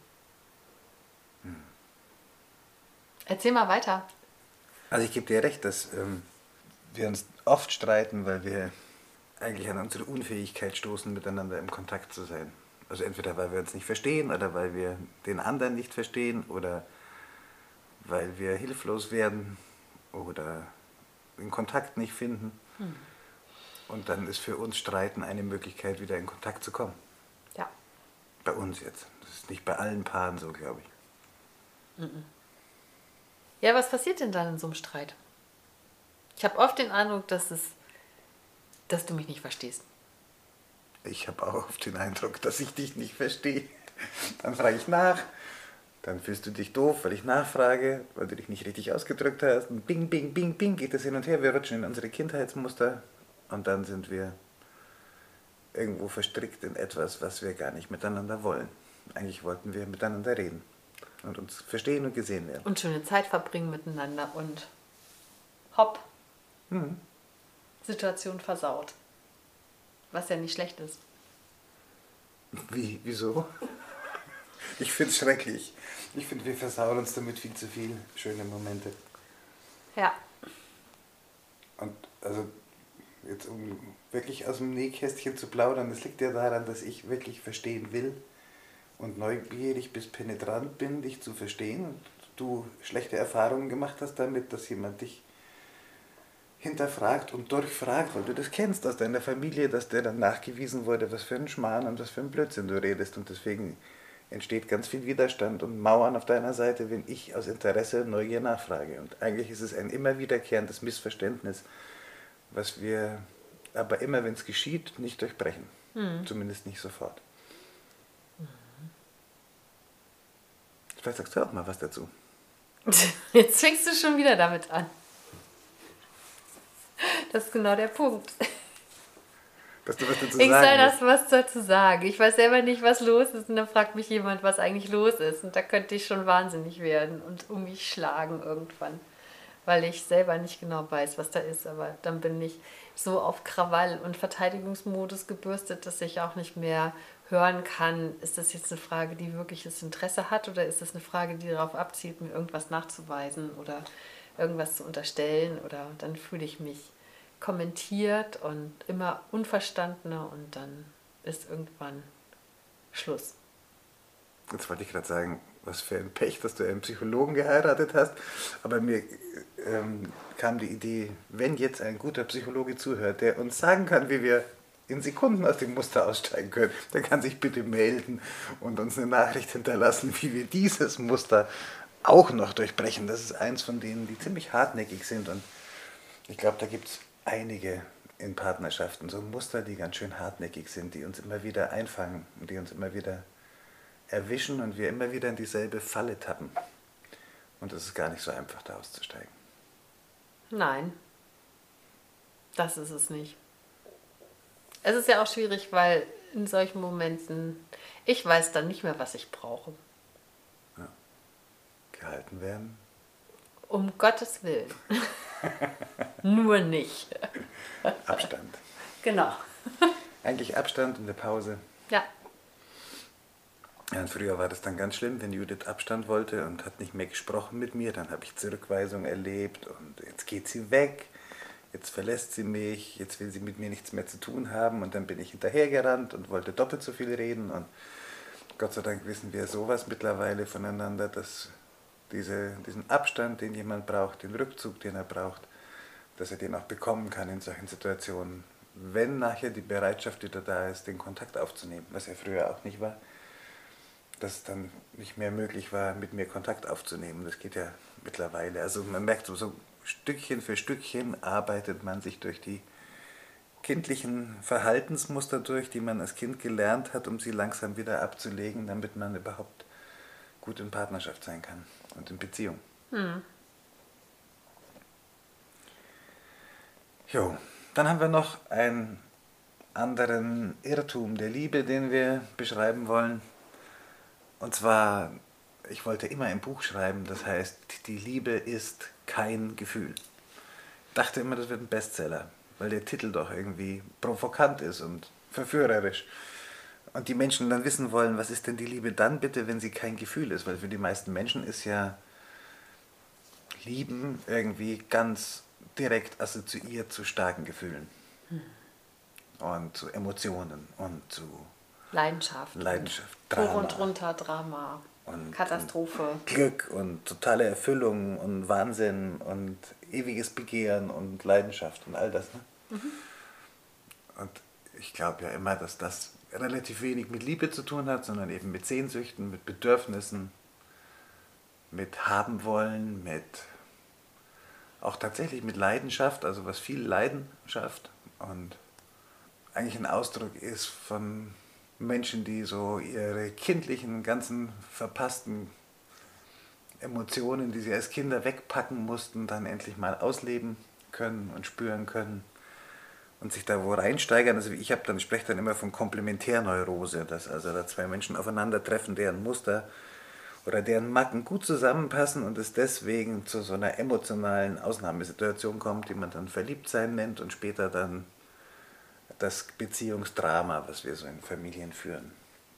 S1: Erzähl mal weiter.
S2: Also ich gebe dir recht, dass wir uns oft streiten, weil wir eigentlich an unsere Unfähigkeit stoßen, miteinander im Kontakt zu sein. Also entweder weil wir uns nicht verstehen oder weil wir den anderen nicht verstehen oder weil wir hilflos werden oder den Kontakt nicht finden. Und dann ist für uns Streiten eine Möglichkeit, wieder in Kontakt zu kommen.
S1: Ja.
S2: Bei uns jetzt. Das ist nicht bei allen Paaren so, glaube ich.
S1: Ja, was passiert denn dann in so einem Streit? Ich habe oft den Eindruck, dass du mich nicht verstehst.
S2: Ich habe auch oft den Eindruck, dass ich dich nicht verstehe. Dann frage ich nach, dann fühlst du dich doof, weil ich nachfrage, weil du dich nicht richtig ausgedrückt hast. Und bing, bing, bing, bing geht das hin und her. Wir rutschen in unsere Kindheitsmuster und dann sind wir irgendwo verstrickt in etwas, was wir gar nicht miteinander wollen. Eigentlich wollten wir miteinander reden und uns verstehen und gesehen werden.
S1: Und schöne Zeit verbringen miteinander und hopp. Situation versaut. Was ja nicht schlecht ist.
S2: Wieso? Ich finde es schrecklich. Ich finde, wir versauen uns damit viel zu viel schöne Momente.
S1: Ja.
S2: Und also jetzt um wirklich aus dem Nähkästchen zu plaudern, das liegt ja daran, dass ich wirklich verstehen will und neugierig bis penetrant bin, dich zu verstehen. Und du schlechte Erfahrungen gemacht hast damit, dass jemand dich hinterfragt und durchfragt, weil du das kennst aus deiner Familie, dass dir dann nachgewiesen wurde, was für ein Schmarrn und was für ein Blödsinn du redest. Und deswegen entsteht ganz viel Widerstand und Mauern auf deiner Seite, wenn ich aus Interesse Neugier nachfrage. Und eigentlich ist es ein immer wiederkehrendes Missverständnis, was wir aber immer, wenn es geschieht, nicht durchbrechen. Zumindest nicht sofort. Vielleicht sagst du auch mal was dazu.
S1: Jetzt fängst du schon wieder damit an. Das ist genau der Punkt.
S2: Dass du was dazu
S1: Ich soll
S2: sagen
S1: das was dazu sagen. Ich weiß selber nicht, was los ist. Und dann fragt mich jemand, was eigentlich los ist. Und da könnte ich schon wahnsinnig werden und um mich schlagen irgendwann. Weil ich selber nicht genau weiß, was da ist. Aber dann bin ich so auf Krawall und Verteidigungsmodus gebürstet, dass ich auch nicht mehr hören kann, ist das jetzt eine Frage, die wirkliches Interesse hat, oder ist das eine Frage, die darauf abzielt, mir irgendwas nachzuweisen oder irgendwas zu unterstellen, oder dann fühle ich mich kommentiert und immer unverstandener und dann ist irgendwann Schluss.
S2: Jetzt wollte ich gerade sagen, was für ein Pech, dass du einen Psychologen geheiratet hast, aber mir kam die Idee, wenn jetzt ein guter Psychologe zuhört, der uns sagen kann, wie wir in Sekunden aus dem Muster aussteigen können, der kann sich bitte melden und uns eine Nachricht hinterlassen, wie wir dieses Muster auch noch durchbrechen. Das ist eins von denen, die ziemlich hartnäckig sind, und ich glaube, da gibt es einige in Partnerschaften, so Muster, die ganz schön hartnäckig sind, die uns immer wieder einfangen und die uns immer wieder erwischen und wir immer wieder in dieselbe Falle tappen. Und es ist gar nicht so einfach, da auszusteigen.
S1: Nein, das ist es nicht. Es ist ja auch schwierig, weil in solchen Momenten, ich weiß dann nicht mehr, was ich brauche.
S2: Ja. Gehalten werden?
S1: Um Gottes Willen. Nur nicht.
S2: Abstand.
S1: Genau.
S2: Eigentlich Abstand und eine Pause.
S1: Ja.
S2: Ja, und früher war das dann ganz schlimm, wenn Judith Abstand wollte und hat nicht mehr gesprochen mit mir. Dann habe ich Zurückweisung erlebt und jetzt geht sie weg, jetzt verlässt sie mich, jetzt will sie mit mir nichts mehr zu tun haben, und dann bin ich hinterhergerannt und wollte doppelt so viel reden, und Gott sei Dank wissen wir sowas mittlerweile voneinander, dass diesen Abstand, den jemand braucht, den Rückzug, den er braucht, dass er den auch bekommen kann in solchen Situationen, wenn nachher die Bereitschaft wieder da ist, den Kontakt aufzunehmen, was ja früher auch nicht war. Dass es dann nicht mehr möglich war, mit mir Kontakt aufzunehmen. Das geht ja mittlerweile. Also man merkt so Stückchen für Stückchen arbeitet man sich durch die kindlichen Verhaltensmuster durch, die man als Kind gelernt hat, um sie langsam wieder abzulegen, damit man überhaupt gut in Partnerschaft sein kann und in Beziehung. Jo, dann haben wir noch einen anderen Irrtum der Liebe, den wir beschreiben wollen. Und zwar, ich wollte immer ein Buch schreiben, das heißt, die Liebe ist kein Gefühl. Ich dachte immer, das wird ein Bestseller, weil der Titel doch irgendwie provokant ist und verführerisch. Und die Menschen dann wissen wollen, was ist denn die Liebe dann bitte, wenn sie kein Gefühl ist? Weil für die meisten Menschen ist ja Lieben irgendwie ganz direkt assoziiert zu starken Gefühlen. Und zu Emotionen und zu
S1: Leidenschaft,
S2: Drama.
S1: Hoch und runter, Drama,
S2: und
S1: Katastrophe.
S2: Glück und totale Erfüllung und Wahnsinn und ewiges Begehren und Leidenschaft und all das. Ne? Und ich glaube ja immer, dass das relativ wenig mit Liebe zu tun hat, sondern eben mit Sehnsüchten, mit Bedürfnissen, mit haben wollen, mit auch tatsächlich mit Leidenschaft, also was viel Leidenschaft und eigentlich ein Ausdruck ist von Menschen, die so ihre kindlichen, ganzen verpassten Emotionen, die sie als Kinder wegpacken mussten, dann endlich mal ausleben können und spüren können und sich da wo reinsteigern. Also ich spreche dann immer von Komplementärneurose, dass also da zwei Menschen aufeinandertreffen, deren Muster oder deren Macken gut zusammenpassen und es deswegen zu so einer emotionalen Ausnahmesituation kommt, die man dann Verliebtsein nennt und später dann das Beziehungsdrama, was wir so in Familien führen.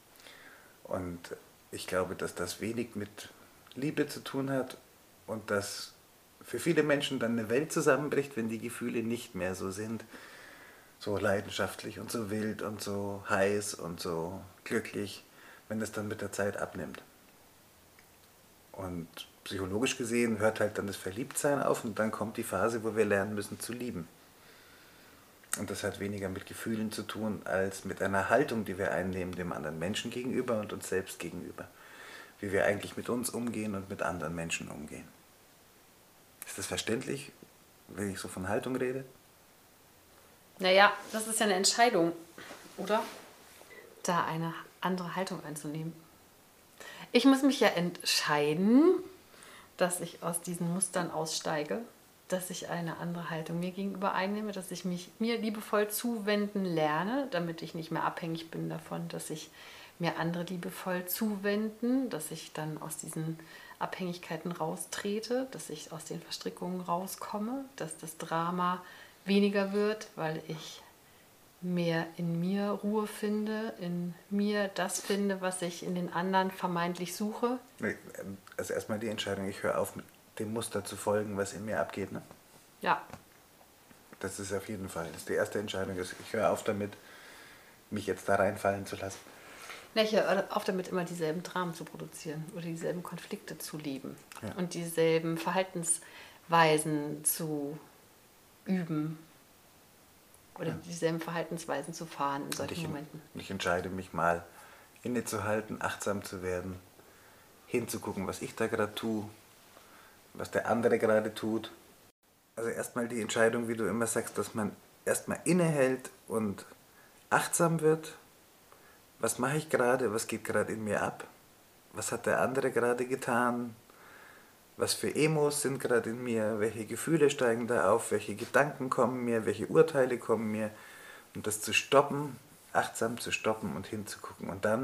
S2: Und ich glaube, dass das wenig mit Liebe zu tun hat und dass für viele Menschen dann eine Welt zusammenbricht, wenn die Gefühle nicht mehr so sind, so leidenschaftlich und so wild und so heiß und so glücklich, wenn es dann mit der Zeit abnimmt. Und psychologisch gesehen hört halt dann das Verliebtsein auf und dann kommt die Phase, wo wir lernen müssen zu lieben. Und das hat weniger mit Gefühlen zu tun, als mit einer Haltung, die wir einnehmen dem anderen Menschen gegenüber und uns selbst gegenüber. Wie wir eigentlich mit uns umgehen und mit anderen Menschen umgehen. Ist das verständlich, wenn ich so von Haltung rede?
S1: Naja, das ist ja eine Entscheidung, oder? Da eine andere Haltung einzunehmen. Ich muss mich ja entscheiden, dass ich aus diesen Mustern aussteige, dass ich eine andere Haltung mir gegenüber einnehme, dass ich mich mir liebevoll zuwenden lerne, damit ich nicht mehr abhängig bin davon, dass sich mir andere liebevoll zuwenden, dass ich dann aus diesen Abhängigkeiten raustrete, dass ich aus den Verstrickungen rauskomme, dass das Drama weniger wird, weil ich mehr in mir Ruhe finde, in mir das finde, was ich in den anderen vermeintlich suche.
S2: Also erstmal die Entscheidung, ich höre auf, mit dem Muster zu folgen, was in mir abgeht. Ne?
S1: Ja.
S2: Das ist auf jeden Fall. Das ist die erste Entscheidung. Ich höre auf damit, mich jetzt da reinfallen zu lassen.
S1: Na, ich höre auf damit, immer dieselben Dramen zu produzieren oder dieselben Konflikte zu leben und dieselben Verhaltensweisen zu üben. Oder dieselben Verhaltensweisen zu fahren in solchen Momenten.
S2: Ich entscheide mich mal, innezuhalten, achtsam zu werden, hinzugucken, was ich da gerade tue, was der andere gerade tut. Also erstmal die Entscheidung, wie du immer sagst, dass man erstmal innehält und achtsam wird. Was mache ich gerade? Was geht gerade in mir ab? Was hat der andere gerade getan? Was für Emos sind gerade in mir, welche Gefühle steigen da auf, welche Gedanken kommen mir, welche Urteile kommen mir. Und das zu stoppen, achtsam zu stoppen und hinzugucken. Und dann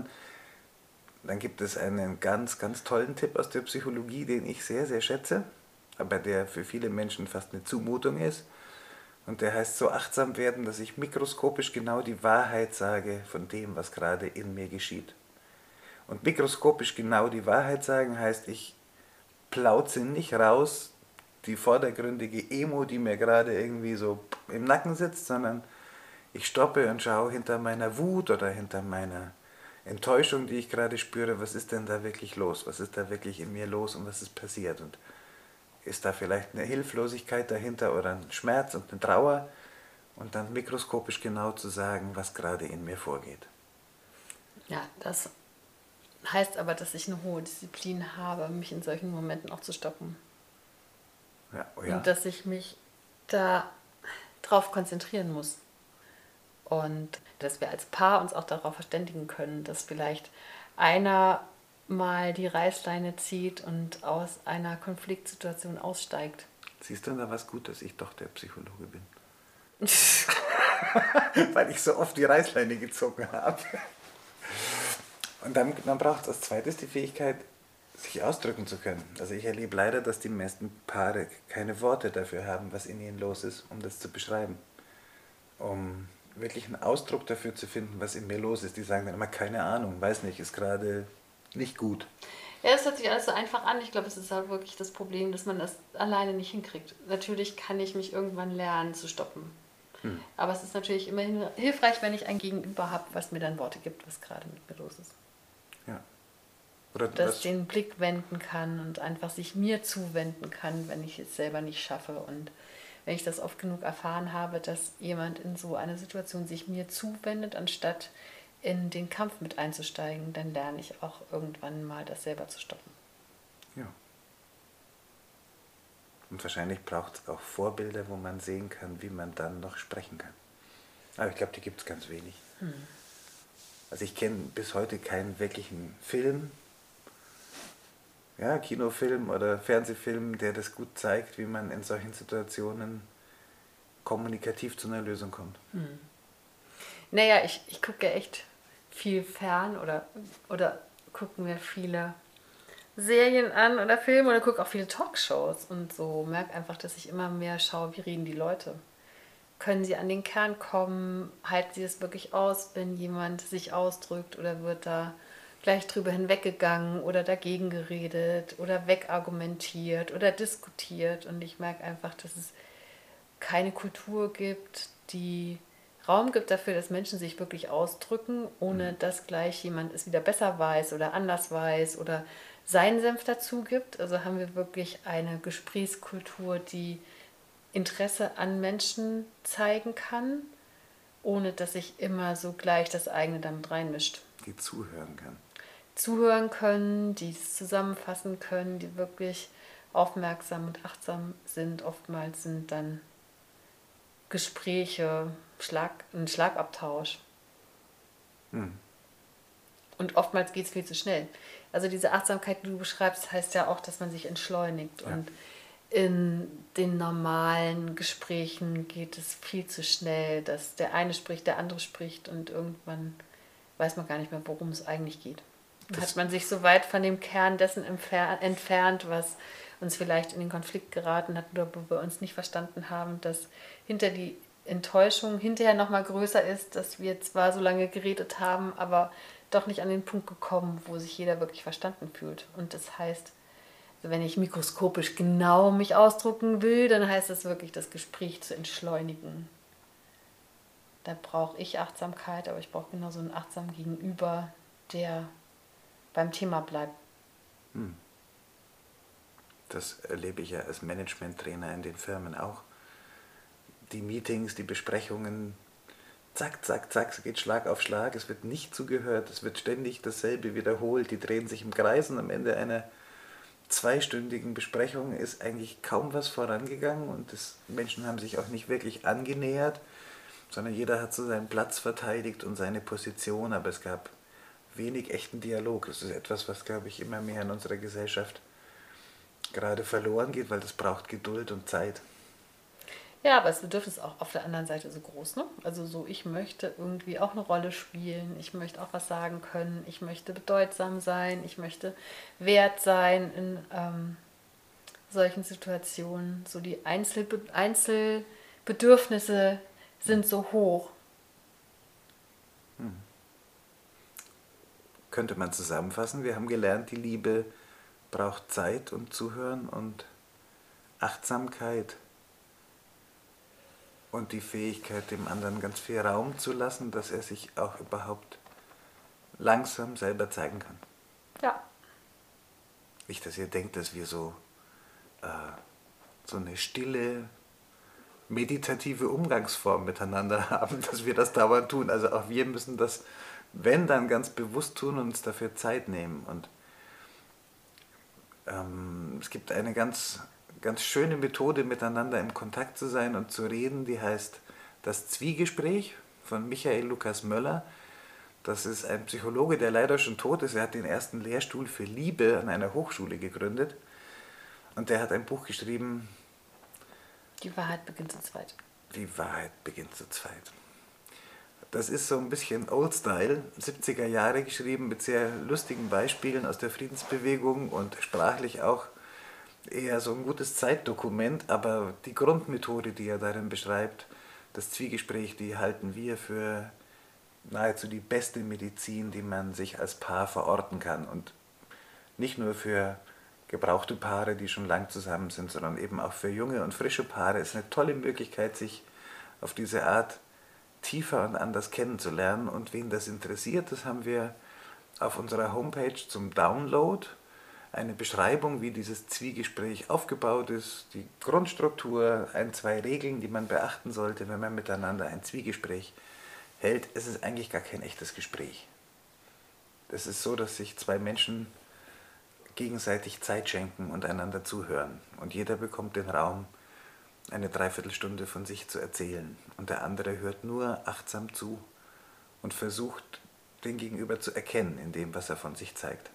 S2: gibt es einen ganz, ganz tollen Tipp aus der Psychologie, den ich sehr, sehr schätze, aber der für viele Menschen fast eine Zumutung ist. Und der heißt so achtsam werden, dass ich mikroskopisch genau die Wahrheit sage von dem, was gerade in mir geschieht. Und mikroskopisch genau die Wahrheit sagen heißt, ich plauze nicht raus die vordergründige Emo, die mir gerade irgendwie so im Nacken sitzt, sondern ich stoppe und schaue hinter meiner Wut oder hinter meiner Enttäuschung, die ich gerade spüre, was ist denn da wirklich los? Was ist da wirklich in mir los und was ist passiert? Und ist da vielleicht eine Hilflosigkeit dahinter oder ein Schmerz und eine Trauer? Und dann mikroskopisch genau zu sagen, was gerade in mir vorgeht.
S1: Ja, das heißt aber, dass ich eine hohe Disziplin habe, mich in solchen Momenten auch zu stoppen.
S2: Ja, oh ja.
S1: Und dass ich mich da drauf konzentrieren muss. Und dass wir als Paar uns auch darauf verständigen können, dass vielleicht einer mal die Reißleine zieht und aus einer Konfliktsituation aussteigt.
S2: Siehst du da was gut, dass ich doch der Psychologe bin? Weil ich so oft die Reißleine gezogen habe. Und dann braucht es als zweites die Fähigkeit, sich ausdrücken zu können. Also ich erlebe leider, dass die meisten Paare keine Worte dafür haben, was in ihnen los ist, um das zu beschreiben. Um wirklich einen Ausdruck dafür zu finden, was in mir los ist. Die sagen dann immer, keine Ahnung, weiß nicht, ist gerade nicht gut.
S1: Ja, es hört sich alles so einfach an. Ich glaube, es ist halt wirklich das Problem, dass man das alleine nicht hinkriegt. Natürlich kann ich mich irgendwann lernen zu stoppen. Aber es ist natürlich immerhin hilfreich, wenn ich ein Gegenüber habe, was mir dann Worte gibt, was gerade mit mir los ist.
S2: Ja. Oder
S1: dass den Blick wenden kann und einfach sich mir zuwenden kann, wenn ich es selber nicht schaffe. Und wenn ich das oft genug erfahren habe, dass jemand in so einer Situation sich mir zuwendet, anstatt in den Kampf mit einzusteigen, dann lerne ich auch irgendwann mal, das selber zu stoppen.
S2: Ja. Und wahrscheinlich braucht es auch Vorbilder, wo man sehen kann, wie man dann noch sprechen kann. Aber ich glaube, die gibt es ganz wenig. Also ich kenne bis heute keinen wirklichen Film, ja, Kinofilm oder Fernsehfilm, der das gut zeigt, wie man in solchen Situationen kommunikativ zu einer Lösung kommt.
S1: Naja, ich gucke echt viel fern oder gucke mir viele Serien an oder Filme oder gucke auch viele Talkshows und so merke einfach, dass ich immer mehr schaue, wie reden die Leute. Können sie an den Kern kommen? Halten sie es wirklich aus, wenn jemand sich ausdrückt oder wird da gleich drüber hinweggegangen oder dagegen geredet oder wegargumentiert oder diskutiert? Und ich merke einfach, dass es keine Kultur gibt, die Raum gibt dafür, dass Menschen sich wirklich ausdrücken, ohne dass gleich jemand es wieder besser weiß oder anders weiß oder seinen Senf dazu gibt. Also haben wir wirklich eine Gesprächskultur, die Interesse an Menschen zeigen kann, ohne dass sich immer so gleich das eigene damit reinmischt.
S2: Die zuhören kann.
S1: Zuhören können, die es zusammenfassen können, die wirklich aufmerksam und achtsam sind. Oftmals sind dann Gespräche, ein Schlagabtausch. Und oftmals geht es viel zu schnell. Also diese Achtsamkeit, die du beschreibst, heißt ja auch, dass man sich entschleunigt. Ja. Und in den normalen Gesprächen geht es viel zu schnell, dass der eine spricht, der andere spricht und irgendwann weiß man gar nicht mehr, worum es eigentlich geht. Dann hat man sich so weit von dem Kern dessen entfernt, was uns vielleicht in den Konflikt geraten hat oder wo wir uns nicht verstanden haben, dass hinter die Enttäuschung hinterher nochmal größer ist, dass wir zwar so lange geredet haben, aber doch nicht an den Punkt gekommen, wo sich jeder wirklich verstanden fühlt. Und das heißt, wenn ich mikroskopisch genau mich ausdrücken will, dann heißt das wirklich, das Gespräch zu entschleunigen. Da brauche ich Achtsamkeit, aber ich brauche genauso einen achtsamen Gegenüber, der beim Thema bleibt.
S2: Das erlebe ich ja als Management-Trainer in den Firmen auch. Die Meetings, die Besprechungen, zack, zack, zack, es geht Schlag auf Schlag, es wird nicht zugehört, es wird ständig dasselbe wiederholt, die drehen sich im Kreis und am Ende einer 2-stündigen Besprechung ist eigentlich kaum was vorangegangen und Menschen haben sich auch nicht wirklich angenähert, sondern jeder hat so seinen Platz verteidigt und seine Position, aber es gab wenig echten Dialog. Das ist etwas, was, glaube ich, immer mehr in unserer Gesellschaft gerade verloren geht, weil das braucht Geduld und Zeit.
S1: Ja, aber das Bedürfnis ist auch auf der anderen Seite so groß, ne? Also so, ich möchte irgendwie auch eine Rolle spielen, ich möchte auch was sagen können, ich möchte bedeutsam sein, ich möchte wert sein in solchen Situationen. So die Einzelbedürfnisse sind so hoch.
S2: Könnte man zusammenfassen, wir haben gelernt, die Liebe braucht Zeit und Zuhören und Achtsamkeit und die Fähigkeit, dem anderen ganz viel Raum zu lassen, dass er sich auch überhaupt langsam selber zeigen kann.
S1: Ja.
S2: Nicht, dass ihr denkt, dass wir so eine stille, meditative Umgangsform miteinander haben, dass wir das dauernd tun. Also auch wir müssen das, wenn dann, ganz bewusst tun und uns dafür Zeit nehmen. Und es gibt eine ganz ganz schöne Methode, miteinander im Kontakt zu sein und zu reden, die heißt das Zwiegespräch von Michael Lukas Möller. Das ist ein Psychologe, der leider schon tot ist. Er hat den ersten Lehrstuhl für Liebe an einer Hochschule gegründet. Und der hat ein Buch geschrieben.
S1: Die Wahrheit beginnt zu zweit.
S2: Die Wahrheit beginnt zu zweit. Das ist so ein bisschen Old-Style, 70er Jahre geschrieben, mit sehr lustigen Beispielen aus der Friedensbewegung und sprachlich auch eher so ein gutes Zeitdokument, aber die Grundmethode, die er darin beschreibt, das Zwiegespräch, die halten wir für nahezu die beste Medizin, die man sich als Paar verorten kann. Und nicht nur für gebrauchte Paare, die schon lang zusammen sind, sondern eben auch für junge und frische Paare ist eine tolle Möglichkeit, sich auf diese Art tiefer und anders kennenzulernen. Und wen das interessiert, das haben wir auf unserer Homepage zum Download. Eine Beschreibung, wie dieses Zwiegespräch aufgebaut ist, die Grundstruktur, 1, 2 Regeln, die man beachten sollte, wenn man miteinander ein Zwiegespräch hält. Es ist eigentlich gar kein echtes Gespräch. Es ist so, dass sich 2 Menschen gegenseitig Zeit schenken und einander zuhören. Und jeder bekommt den Raum, eine Dreiviertelstunde von sich zu erzählen. Und der andere hört nur achtsam zu und versucht, den Gegenüber zu erkennen in dem, was er von sich zeigt.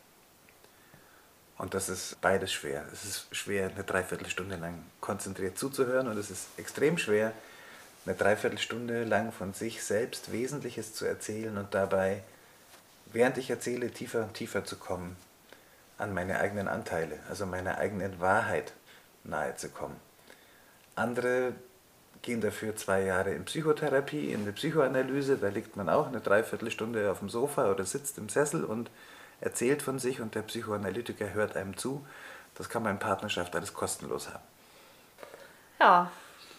S2: Und das ist beides schwer. Es ist schwer, eine Dreiviertelstunde lang konzentriert zuzuhören, und es ist extrem schwer, eine Dreiviertelstunde lang von sich selbst Wesentliches zu erzählen und dabei, während ich erzähle, tiefer und tiefer zu kommen an meine eigenen Anteile, also meiner eigenen Wahrheit nahe zu kommen. Andere gehen dafür 2 Jahre in Psychotherapie, in der Psychoanalyse, da liegt man auch eine Dreiviertelstunde auf dem Sofa oder sitzt im Sessel und erzählt von sich, und der Psychoanalytiker hört einem zu. Das kann man in Partnerschaft alles kostenlos haben.
S1: Ja.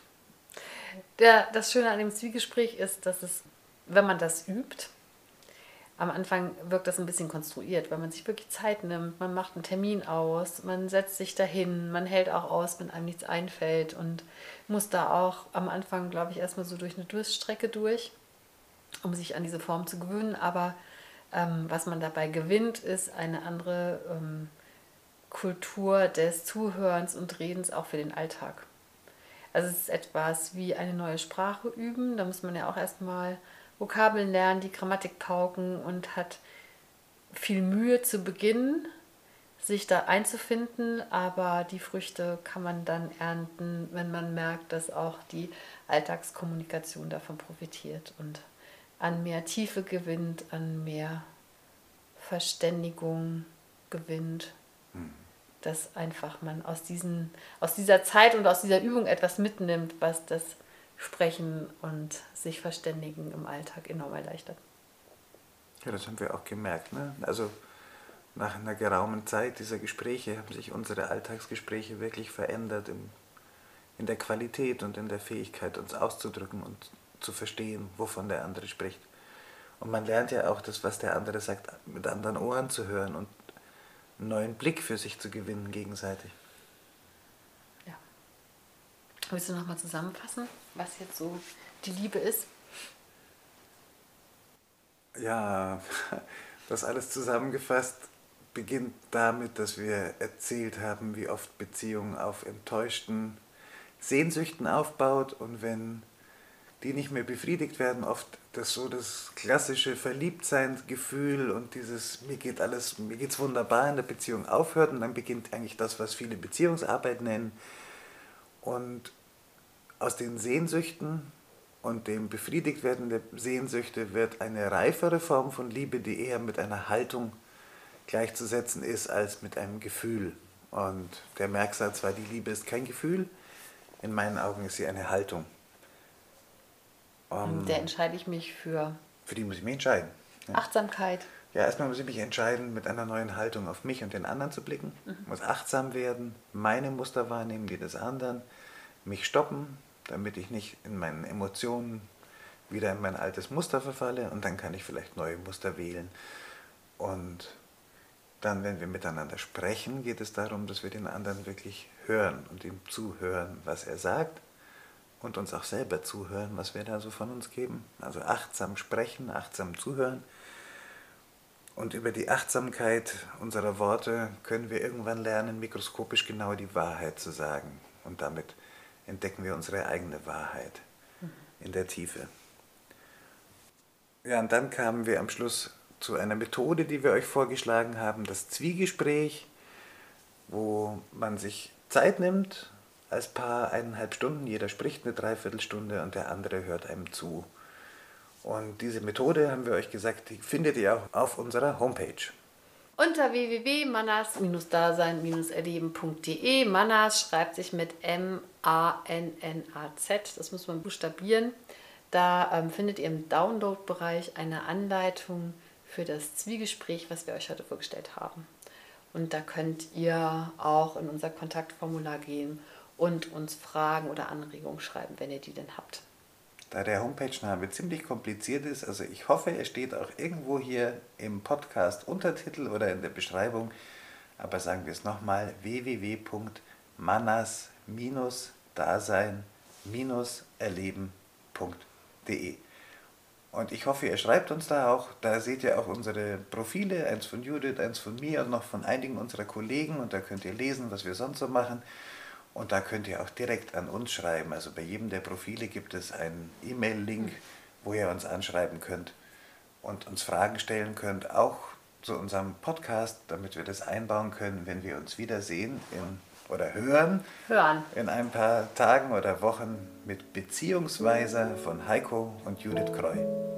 S1: Das Schöne an dem Zwiegespräch ist, dass es, wenn man das übt, am Anfang wirkt das ein bisschen konstruiert, weil man sich wirklich Zeit nimmt, man macht einen Termin aus, man setzt sich dahin, man hält auch aus, wenn einem nichts einfällt, und muss da auch am Anfang, glaube ich, erstmal so durch eine Durststrecke durch, um sich an diese Form zu gewöhnen. Aber was man dabei gewinnt, ist eine andere Kultur des Zuhörens und Redens auch für den Alltag. Also es ist etwas wie eine neue Sprache üben. Da muss man ja auch erstmal Vokabeln lernen, die Grammatik pauken, und hat viel Mühe zu Beginn, sich da einzufinden. Aber die Früchte kann man dann ernten, wenn man merkt, dass auch die Alltagskommunikation davon profitiert und an mehr Tiefe gewinnt, an mehr Verständigung gewinnt, dass einfach man aus dieser Zeit und aus dieser Übung etwas mitnimmt, was das Sprechen und sich verständigen im Alltag enorm erleichtert.
S2: Ja, das haben wir auch gemerkt, ne? Also nach einer geraumen Zeit dieser Gespräche haben sich unsere Alltagsgespräche wirklich verändert in der Qualität und in der Fähigkeit, uns auszudrücken und zu verstehen, wovon der andere spricht. Und man lernt ja auch das, was der andere sagt, mit anderen Ohren zu hören und einen neuen Blick für sich zu gewinnen gegenseitig.
S1: Ja. Willst du nochmal zusammenfassen, was jetzt so die Liebe ist?
S2: Ja, das alles zusammengefasst beginnt damit, dass wir erzählt haben, wie oft Beziehungen auf enttäuschten Sehnsüchten aufbaut, und wenn die nicht mehr befriedigt werden, oft das klassische Verliebtseinsgefühl und dieses mir geht's wunderbar in der Beziehung aufhört, und dann beginnt eigentlich das, was viele Beziehungsarbeit nennen. Und aus den Sehnsüchten und dem Befriedigtwerden der Sehnsüchte wird eine reifere Form von Liebe, die eher mit einer Haltung gleichzusetzen ist als mit einem Gefühl. Und der Merksatz war, die Liebe ist kein Gefühl, in meinen Augen ist sie eine Haltung.
S1: Der entscheide ich mich für
S2: die muss ich mich entscheiden. Ja.
S1: Achtsamkeit.
S2: Ja, erstmal muss ich mich entscheiden, mit einer neuen Haltung auf mich und den anderen zu blicken. Ich muss achtsam werden, meine Muster wahrnehmen, die des anderen, mich stoppen, damit ich nicht in meinen Emotionen wieder in mein altes Muster verfalle, und dann kann ich vielleicht neue Muster wählen. Und dann, wenn wir miteinander sprechen, geht es darum, dass wir den anderen wirklich hören und ihm zuhören, was er sagt, und uns auch selber zuhören, was wir da so von uns geben. Also achtsam sprechen, achtsam zuhören. Und über die Achtsamkeit unserer Worte können wir irgendwann lernen, mikroskopisch genau die Wahrheit zu sagen. Und damit entdecken wir unsere eigene Wahrheit in der Tiefe. Ja, und dann kamen wir am Schluss zu einer Methode, die wir euch vorgeschlagen haben, das Zwiegespräch, wo man sich Zeit nimmt als Paar, 1,5 Stunden, jeder spricht eine Dreiviertelstunde und der andere hört einem zu. Und diese Methode, haben wir euch gesagt, die findet ihr auch auf unserer Homepage.
S1: Unter www.mannas-dasein-erleben.de. Mannas schreibt sich mit M-A-N-N-A-Z, das muss man buchstabieren. Da findet ihr im Download-Bereich eine Anleitung für das Zwiegespräch, was wir euch heute vorgestellt haben. Und da könnt ihr auch in unser Kontaktformular gehen und uns Fragen oder Anregungen schreiben, wenn ihr die denn habt.
S2: Da der Homepage-Name ziemlich kompliziert ist, also ich hoffe, er steht auch irgendwo hier im Podcast-Untertitel oder in der Beschreibung, aber sagen wir es nochmal, www.mannas-dasein-erleben.de. Und ich hoffe, ihr schreibt uns da auch, da seht ihr auch unsere Profile, eins von Judith, eins von mir und noch von einigen unserer Kollegen, und da könnt ihr lesen, was wir sonst so machen. Und da könnt ihr auch direkt an uns schreiben. Also bei jedem der Profile gibt es einen E-Mail-Link, wo ihr uns anschreiben könnt und uns Fragen stellen könnt, auch zu unserem Podcast, damit wir das einbauen können, wenn wir uns wiedersehen oder hören in ein paar Tagen oder Wochen mit Beziehungsweiser von Heiko und Judith Kreu.